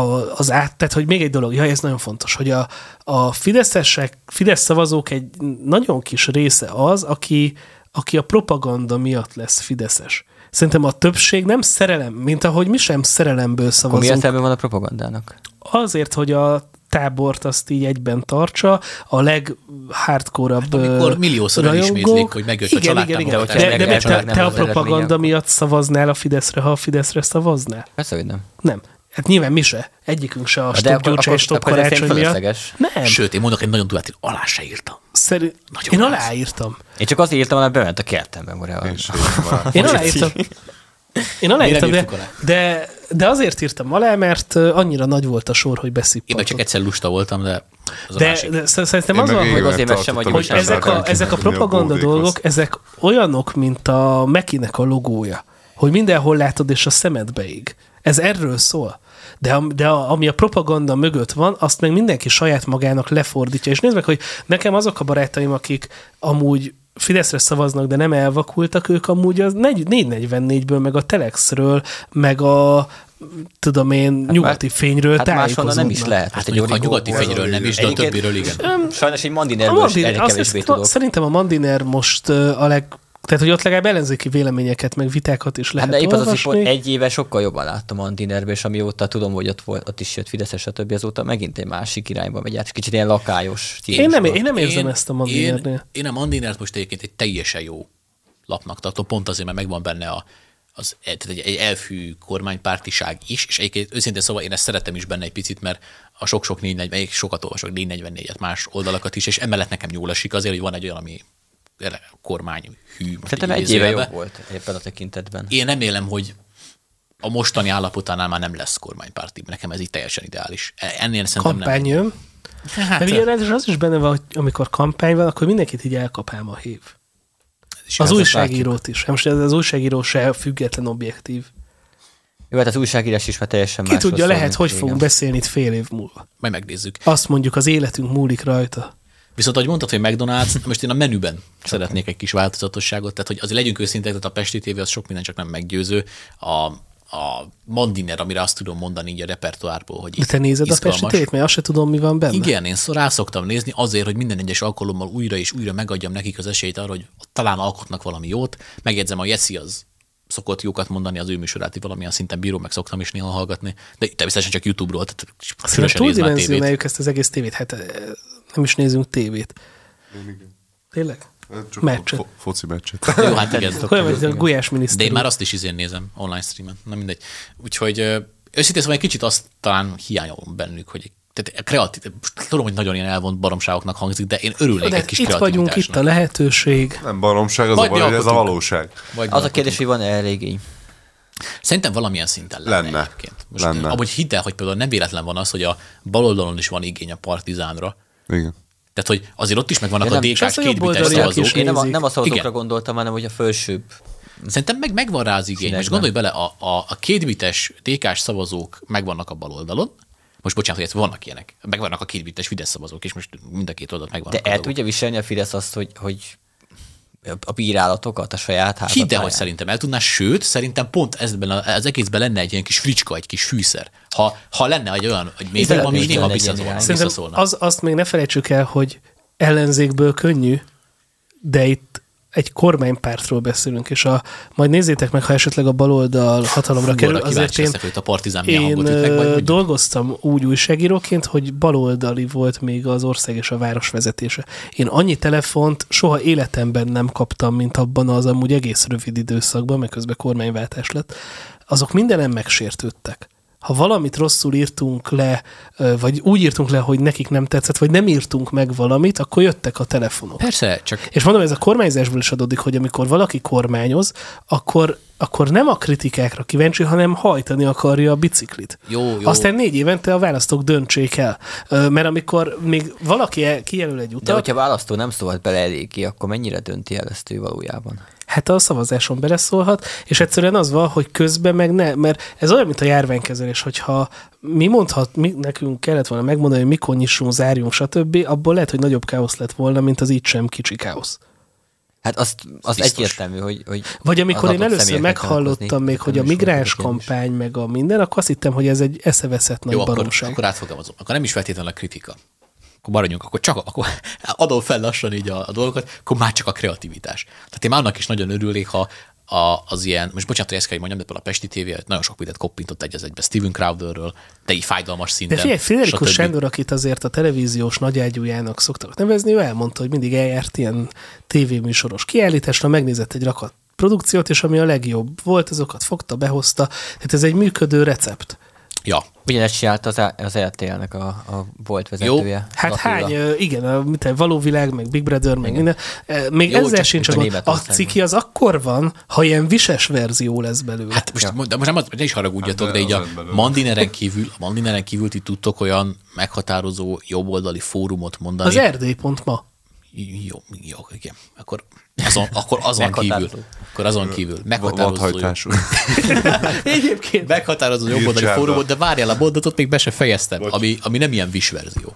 az át, tehát, hogy még egy dolog, ja, ez nagyon fontos, hogy a, a fideszesek, Fidesz szavazók egy nagyon kis része az, aki, aki a propaganda miatt lesz fideszes. Szerintem a többség nem szerelem, mint ahogy mi sem szerelemből szavazunk. Akkor mi értelme van a propagandának? azért, hogy a tábort azt így egyben tartsa, a leghardcore-abb hát, amikor milliószor elismétlik, hogy megjött a családtámogatás. De, de, de te, te a propaganda miatt szavaznál a Fideszre, ha a Fideszre szavaznál? Persze, hogy nem. Nem. Hát nyilván mi se. Egyikünk se a Stop Gyurcsány, Stop Karácsony miatt. Nem. Sőt, én mondok egy nagyon durvát, én alá se írtam. Szerint, én aláírtam. Én csak azért írtam, mert bement a kertemben. Én aláírtam. Én aláírtam, de, de, de azért írtam alá, mert annyira nagy volt a sor, hogy beszippantott. Én meg csak egyszer lusta voltam, de az de, a másik. De szerintem az van, hogy, azért mert sem vagy, hogy ezek, a, ezek a propaganda dolgok, ezek olyanok, mint a Mekinek a logója, hogy mindenhol látod, és a szemedbe ég. Ez erről szól. De, de a, ami a propaganda mögött van, azt meg mindenki saját magának lefordítja. És nézd meg, hogy nekem azok a barátaim, akik amúgy Fideszre szavaznak, de nem elvakultak, ők amúgy az négy negyvennégyből, meg a Telexről, meg a tudom én, hát nyugati már, fényről hát tájékozódnak. Hát nem is lehet. Hát a nyugati fényről nem is, de a többiről igen. Sajnos egy Mandinerből is elég kevésbé tudok. Szerintem a Mandiner most a leg... Tehát, hogy ott legalább ellenzéki véleményeket, meg vitákat is lehet hát de épp olvasni. Az, hogy egy éve sokkal jobban láttam a Mandinerbe, és amióta tudom, hogy ott, volt, ott is jött Fideszes, a többi, azóta megint egy másik irányba megy át. Kicsit ilyen lakályos. Én nem, én nem érzem én, ezt a Mandinernél. Én, én a Mandinert most egyébként egy teljesen jó lapnak tartom, pont azért, mert megvan benne a, az, egy, egy elfű kormánypártiság is, és egyébként őszintén szóval én ezt szeretem is benne egy picit, mert a sok-sok négy negyven, sokat olvasok négy negyvennégyet, más oldalakat is, és emellett nekem jól esik azért, hogy van egy olyan, ami kormány hű. Szerintem egy éve jobb volt éppen a tekintetben. Én remélem, hogy a mostani állapotánál már nem lesz kormánypárti. Nekem ez így teljesen ideális. Ennél szerintem kampány nem. Jön. Hát, mert ugye az is benne van, hogy amikor kampány van, akkor mindenkit így elkapám a hív. Az újságírót is. Most ez az újságíró se független objektív. Jó, hát az újságírás is már teljesen más. Ki tudja, lehet, hogy fogunk beszélni itt fél év múlva. Majd megnézzük. Azt mondjuk, az életünk múlik rajta. Viszont, ahogy mondtad, hogy McDonald's, most én a menüben szeretnék egy kis változatosságot, tehát hogy azért legyünk őszintek, tehát a Pesti té vé az sok minden csak nem meggyőző. A, a Mandiner, amire azt tudom mondani így a repertoárból, hogy de te nézed izgalmas. A Pesti té vét, mert azt se tudom, mi van benne. Igen, én rá szoktam nézni azért, hogy minden egyes alkalommal újra és újra megadjam nekik az esélyt arra, hogy talán alkotnak valami jót. Megjegyzem, a Jesszi az szokott jókat mondani, az ő műsorát, valamilyen szinten bírom, meg szoktam is néha hallgatni, de természetesen csak YouTube-ról, tehát szívesen nézem a tévét. Ezt az egész tévét, hát nem is nézünk tévét. Igen. Tényleg? Csak meccset. Fo- foci meccset. Jó, hát igen. Olyan, hogy a Gulyás miniszter. De én már azt is izén nézem, online streamen. Na mindegy. Úgyhogy őszintén szóval egy kicsit azt talán hiányolom bennük, hogy tehát kreatív, tudom, hogy nagyon ilyen elvont baromságoknak hangzik, de én örülnék de egy kis itt vagyunk, itt a lehetőség. Nem baromság, az a baj, hogy ez a valóság. Vagy az a kérdés, hogy van erre igény. Szerintem valamilyen szinten lenne, lenne. egyébként. Most lenne. Amúgy hidd el, hogy például nem véletlen van az, hogy a baloldalon is van igény a Partizánra. Igen. Tehát, hogy azért ott is megvannak a dé ká-s kétbites szavazók. Én nem a, nem a szavazókra gondoltam, hanem hogy a felsőbb. Szerintem meg megvan rá az igény. Most gondolj bele, a, a, a kétbites dé ká-s szavazók megvannak a baloldalon. Most bocsánat, hogy vannak ilyenek. Megvannak a kétbites Fidesz szavazók, és most mind a két oldalt megvannak. De el tudja viselni a Fidesz azt, hogy, hogy a bírálatokat a saját házat. Hidd el, hogy szerintem el tudná, sőt, szerintem pont ezben az egészben lenne egy ilyen kis fricska, egy kis fűszer. Ha, ha lenne egy olyan, hogy még ami néha visszaszólna. Az, azt még ne felejtsük el, hogy ellenzékből könnyű, de itt egy kormánypártról beszélünk, és a, majd nézzétek meg, ha esetleg a baloldal hatalomra Fú, kerül, azért én, leszek, a Partizán én meg, dolgoztam úgy újságíróként, hogy baloldali volt még az ország és a város vezetése. Én annyi telefont soha életemben nem kaptam, mint abban az amúgy egész rövid időszakban, mert közben kormányváltás lett. Azok mindenem megsértődtek. Ha valamit rosszul írtunk le, vagy úgy írtunk le, hogy nekik nem tetszett, vagy nem írtunk meg valamit, akkor jöttek a telefonok. Persze, csak... És mondom, ez a kormányzásból is adódik, hogy amikor valaki kormányoz, akkor, akkor nem a kritikákra kíváncsi, hanem hajtani akarja a biciklit. Jó, jó. Aztán négy évente a választók döntsék el. Mert amikor még valaki kijelöl egy utat... De hogyha választó nem szólt bele eléggé, akkor mennyire dönti el ezt ő valójában? Hát a szavazáson beleszólhat, és egyszerűen az van, hogy közben meg ne, mert ez olyan, mint a járványkezelés, hogyha mi mondhat, mi, nekünk kellett volna megmondani, hogy mikor nyissunk, zárjunk, stb., abból lehet, hogy nagyobb káosz lett volna, mint az így sem kicsi káosz. Hát azt, az egyértelmű, hogy, hogy... Vagy amikor én először meghallottam még, hogy a migráns kampány, meg a minden, akkor azt hittem, hogy ez egy eszeveszett nagy Jó, baromság. Akkor, akkor átfogalmazom. Akkor nem is feltétlenül a kritika. Akkor maradjunk, akkor csak akkor adom fel lassan így a, a dolgokat, akkor már csak a kreativitás. Tehát én már annak is nagyon örülnék, ha a, az ilyen, most bocsánat, hogy ezt kell, hogy mondjam, de például a Pesti té vé nagyon sok mindent koppintott egy az egybe Steven Crowderről, de így fájdalmas szinten. De figyelj, Friderikus Sándor, akit azért a televíziós nagyágyújának szoktak nevezni, ő elmondta, hogy mindig eljárt ilyen tévéműsoros kiállításra, megnézett egy rakat produkciót, és ami a legjobb volt, azokat fogta, behozta. Tehát ez egy működő recept. Ja. Ugyanezt csinált az, az er té el-nek a, a volt vezetője. Jó. Hát Attila. hány, igen, a, mit, a Való Világ, meg Big Brother, meg minden. Még Jó, ezzel sincs a gond. A ciki az akkor van, ha ilyen vises verzió lesz belőle. Hát most, ja. de most nem, ne is haragudjatok, hát de, de így a Mandineren kívül, a Mandineren kívül ti tudtok olyan meghatározó jobboldali fórumot mondani. Az erdély pont ma. Jó, jó, igen. Akkor azon, akkor azon kívül. Akkor azon kívül. Meghatározó. Egyébként. Meghatározó jobboldali fórumot, de várjál, a mondatot még be se fejeztem, ami, ami nem ilyen vis verzió.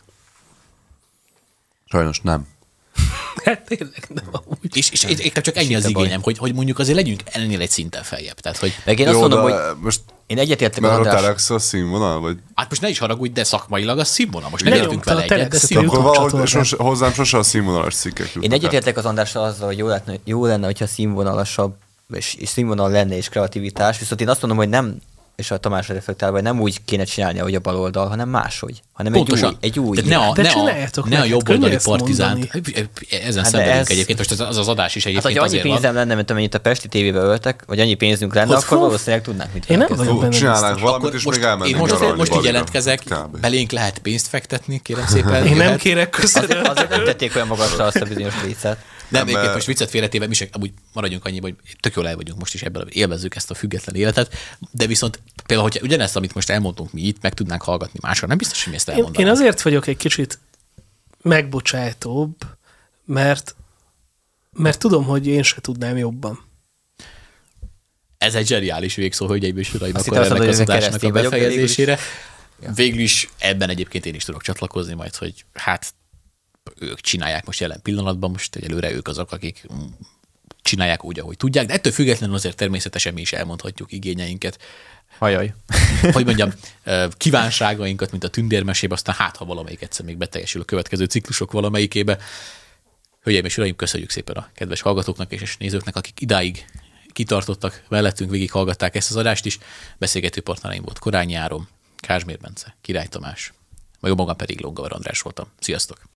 Sajnos nem. Hát tényleg nem amúgy. És, és, és csak ennyi az igényem, hogy, hogy mondjuk azért legyünk ennél egy szinten feljebb. Tehát, hogy meg én azt jó, mondom, hogy most én egyetértek az a András. Telex a színvonal? Vagy? hát most ne is haragudj, de szakmailag a színvonal. Most nem értünk vele egyet, de színvonal. Akkor valahogy sos, hozzám sose a színvonalas cikkek jutnak. Én egyetértek az Andrással azzal, hogy jó lenne, jó lenne, hogyha színvonalasabb, és, és színvonal lenne és kreativitás, viszont én azt mondom, hogy nem, és a Tamásra reflektálva, hogy nem úgy kéne csinálni, ahogy a baloldal, hanem máshogy. Hanem pontosan. egy új. Egy új ne a, de ne a, ne a jobboldali partizánt. Ezen hát szenvedünk ez... egyébként, most az, az az adás is egyébként hát, hogyha annyi pénzem lenne, mint amennyit a Pesti tévébe öltek, vagy annyi pénzünk lenne, Ott akkor fog? valószínűleg tudnánk mit Én nem vagyok benne. Csinálnánk valamit, és most, még elmennénk én most, nyaralni. most így Balira. jelentkezek, Kb. belénk lehet pénzt fektetni, kérem szépen. Én nem jöhet. kérek köszönöm. Azért, azért nem tették olyan magasra azt a bizonyos lécet. Nem, Nem, egyébként mert- most viccet félretéve, mi se, amúgy maradjunk annyiba, hogy tök jól el vagyunk most is ebben, élvezzük ezt a független életet, de viszont például, hogyha ugyanezt, amit most elmondtunk mi itt, meg tudnánk hallgatni másra, nem biztos, hogy mi ezt Én, elmondanánk. én azért vagyok egy kicsit megbocsájtóbb, mert, mert tudom, hogy én se tudnám jobban. Ez egy zseniális végszó, hölgyeim és uraim, Azt akkor hittem, ennek azt az mondod, hogy adásnak a keresztény vagyok, de befejezésére. Ja. Végül is ebben egyébként én is tudok csatlakozni majd, hogy hát ők csinálják most jelen pillanatban, most egyelőre ők azok, akik csinálják úgy, ahogy tudják, de ettől függetlenül azért természetesen mi is elmondhatjuk igényeinket. Hajaj. Hogy mondjam, kívánságainkat, mint a tündérmesébe, aztán hát, ha valamelyik egyszer még beteljesül a következő ciklusok valamelyikébe. Hölgyeim és uraim, köszönjük szépen a kedves hallgatóknak és nézőknek, akik idáig kitartottak mellettünk, végig hallgatták ezt az adást is. Beszélgető partnereim volt Korányi Áron, Kázsmér Bence, Király Tamás, majd magam pedig Longavar András voltam. Sziasztok!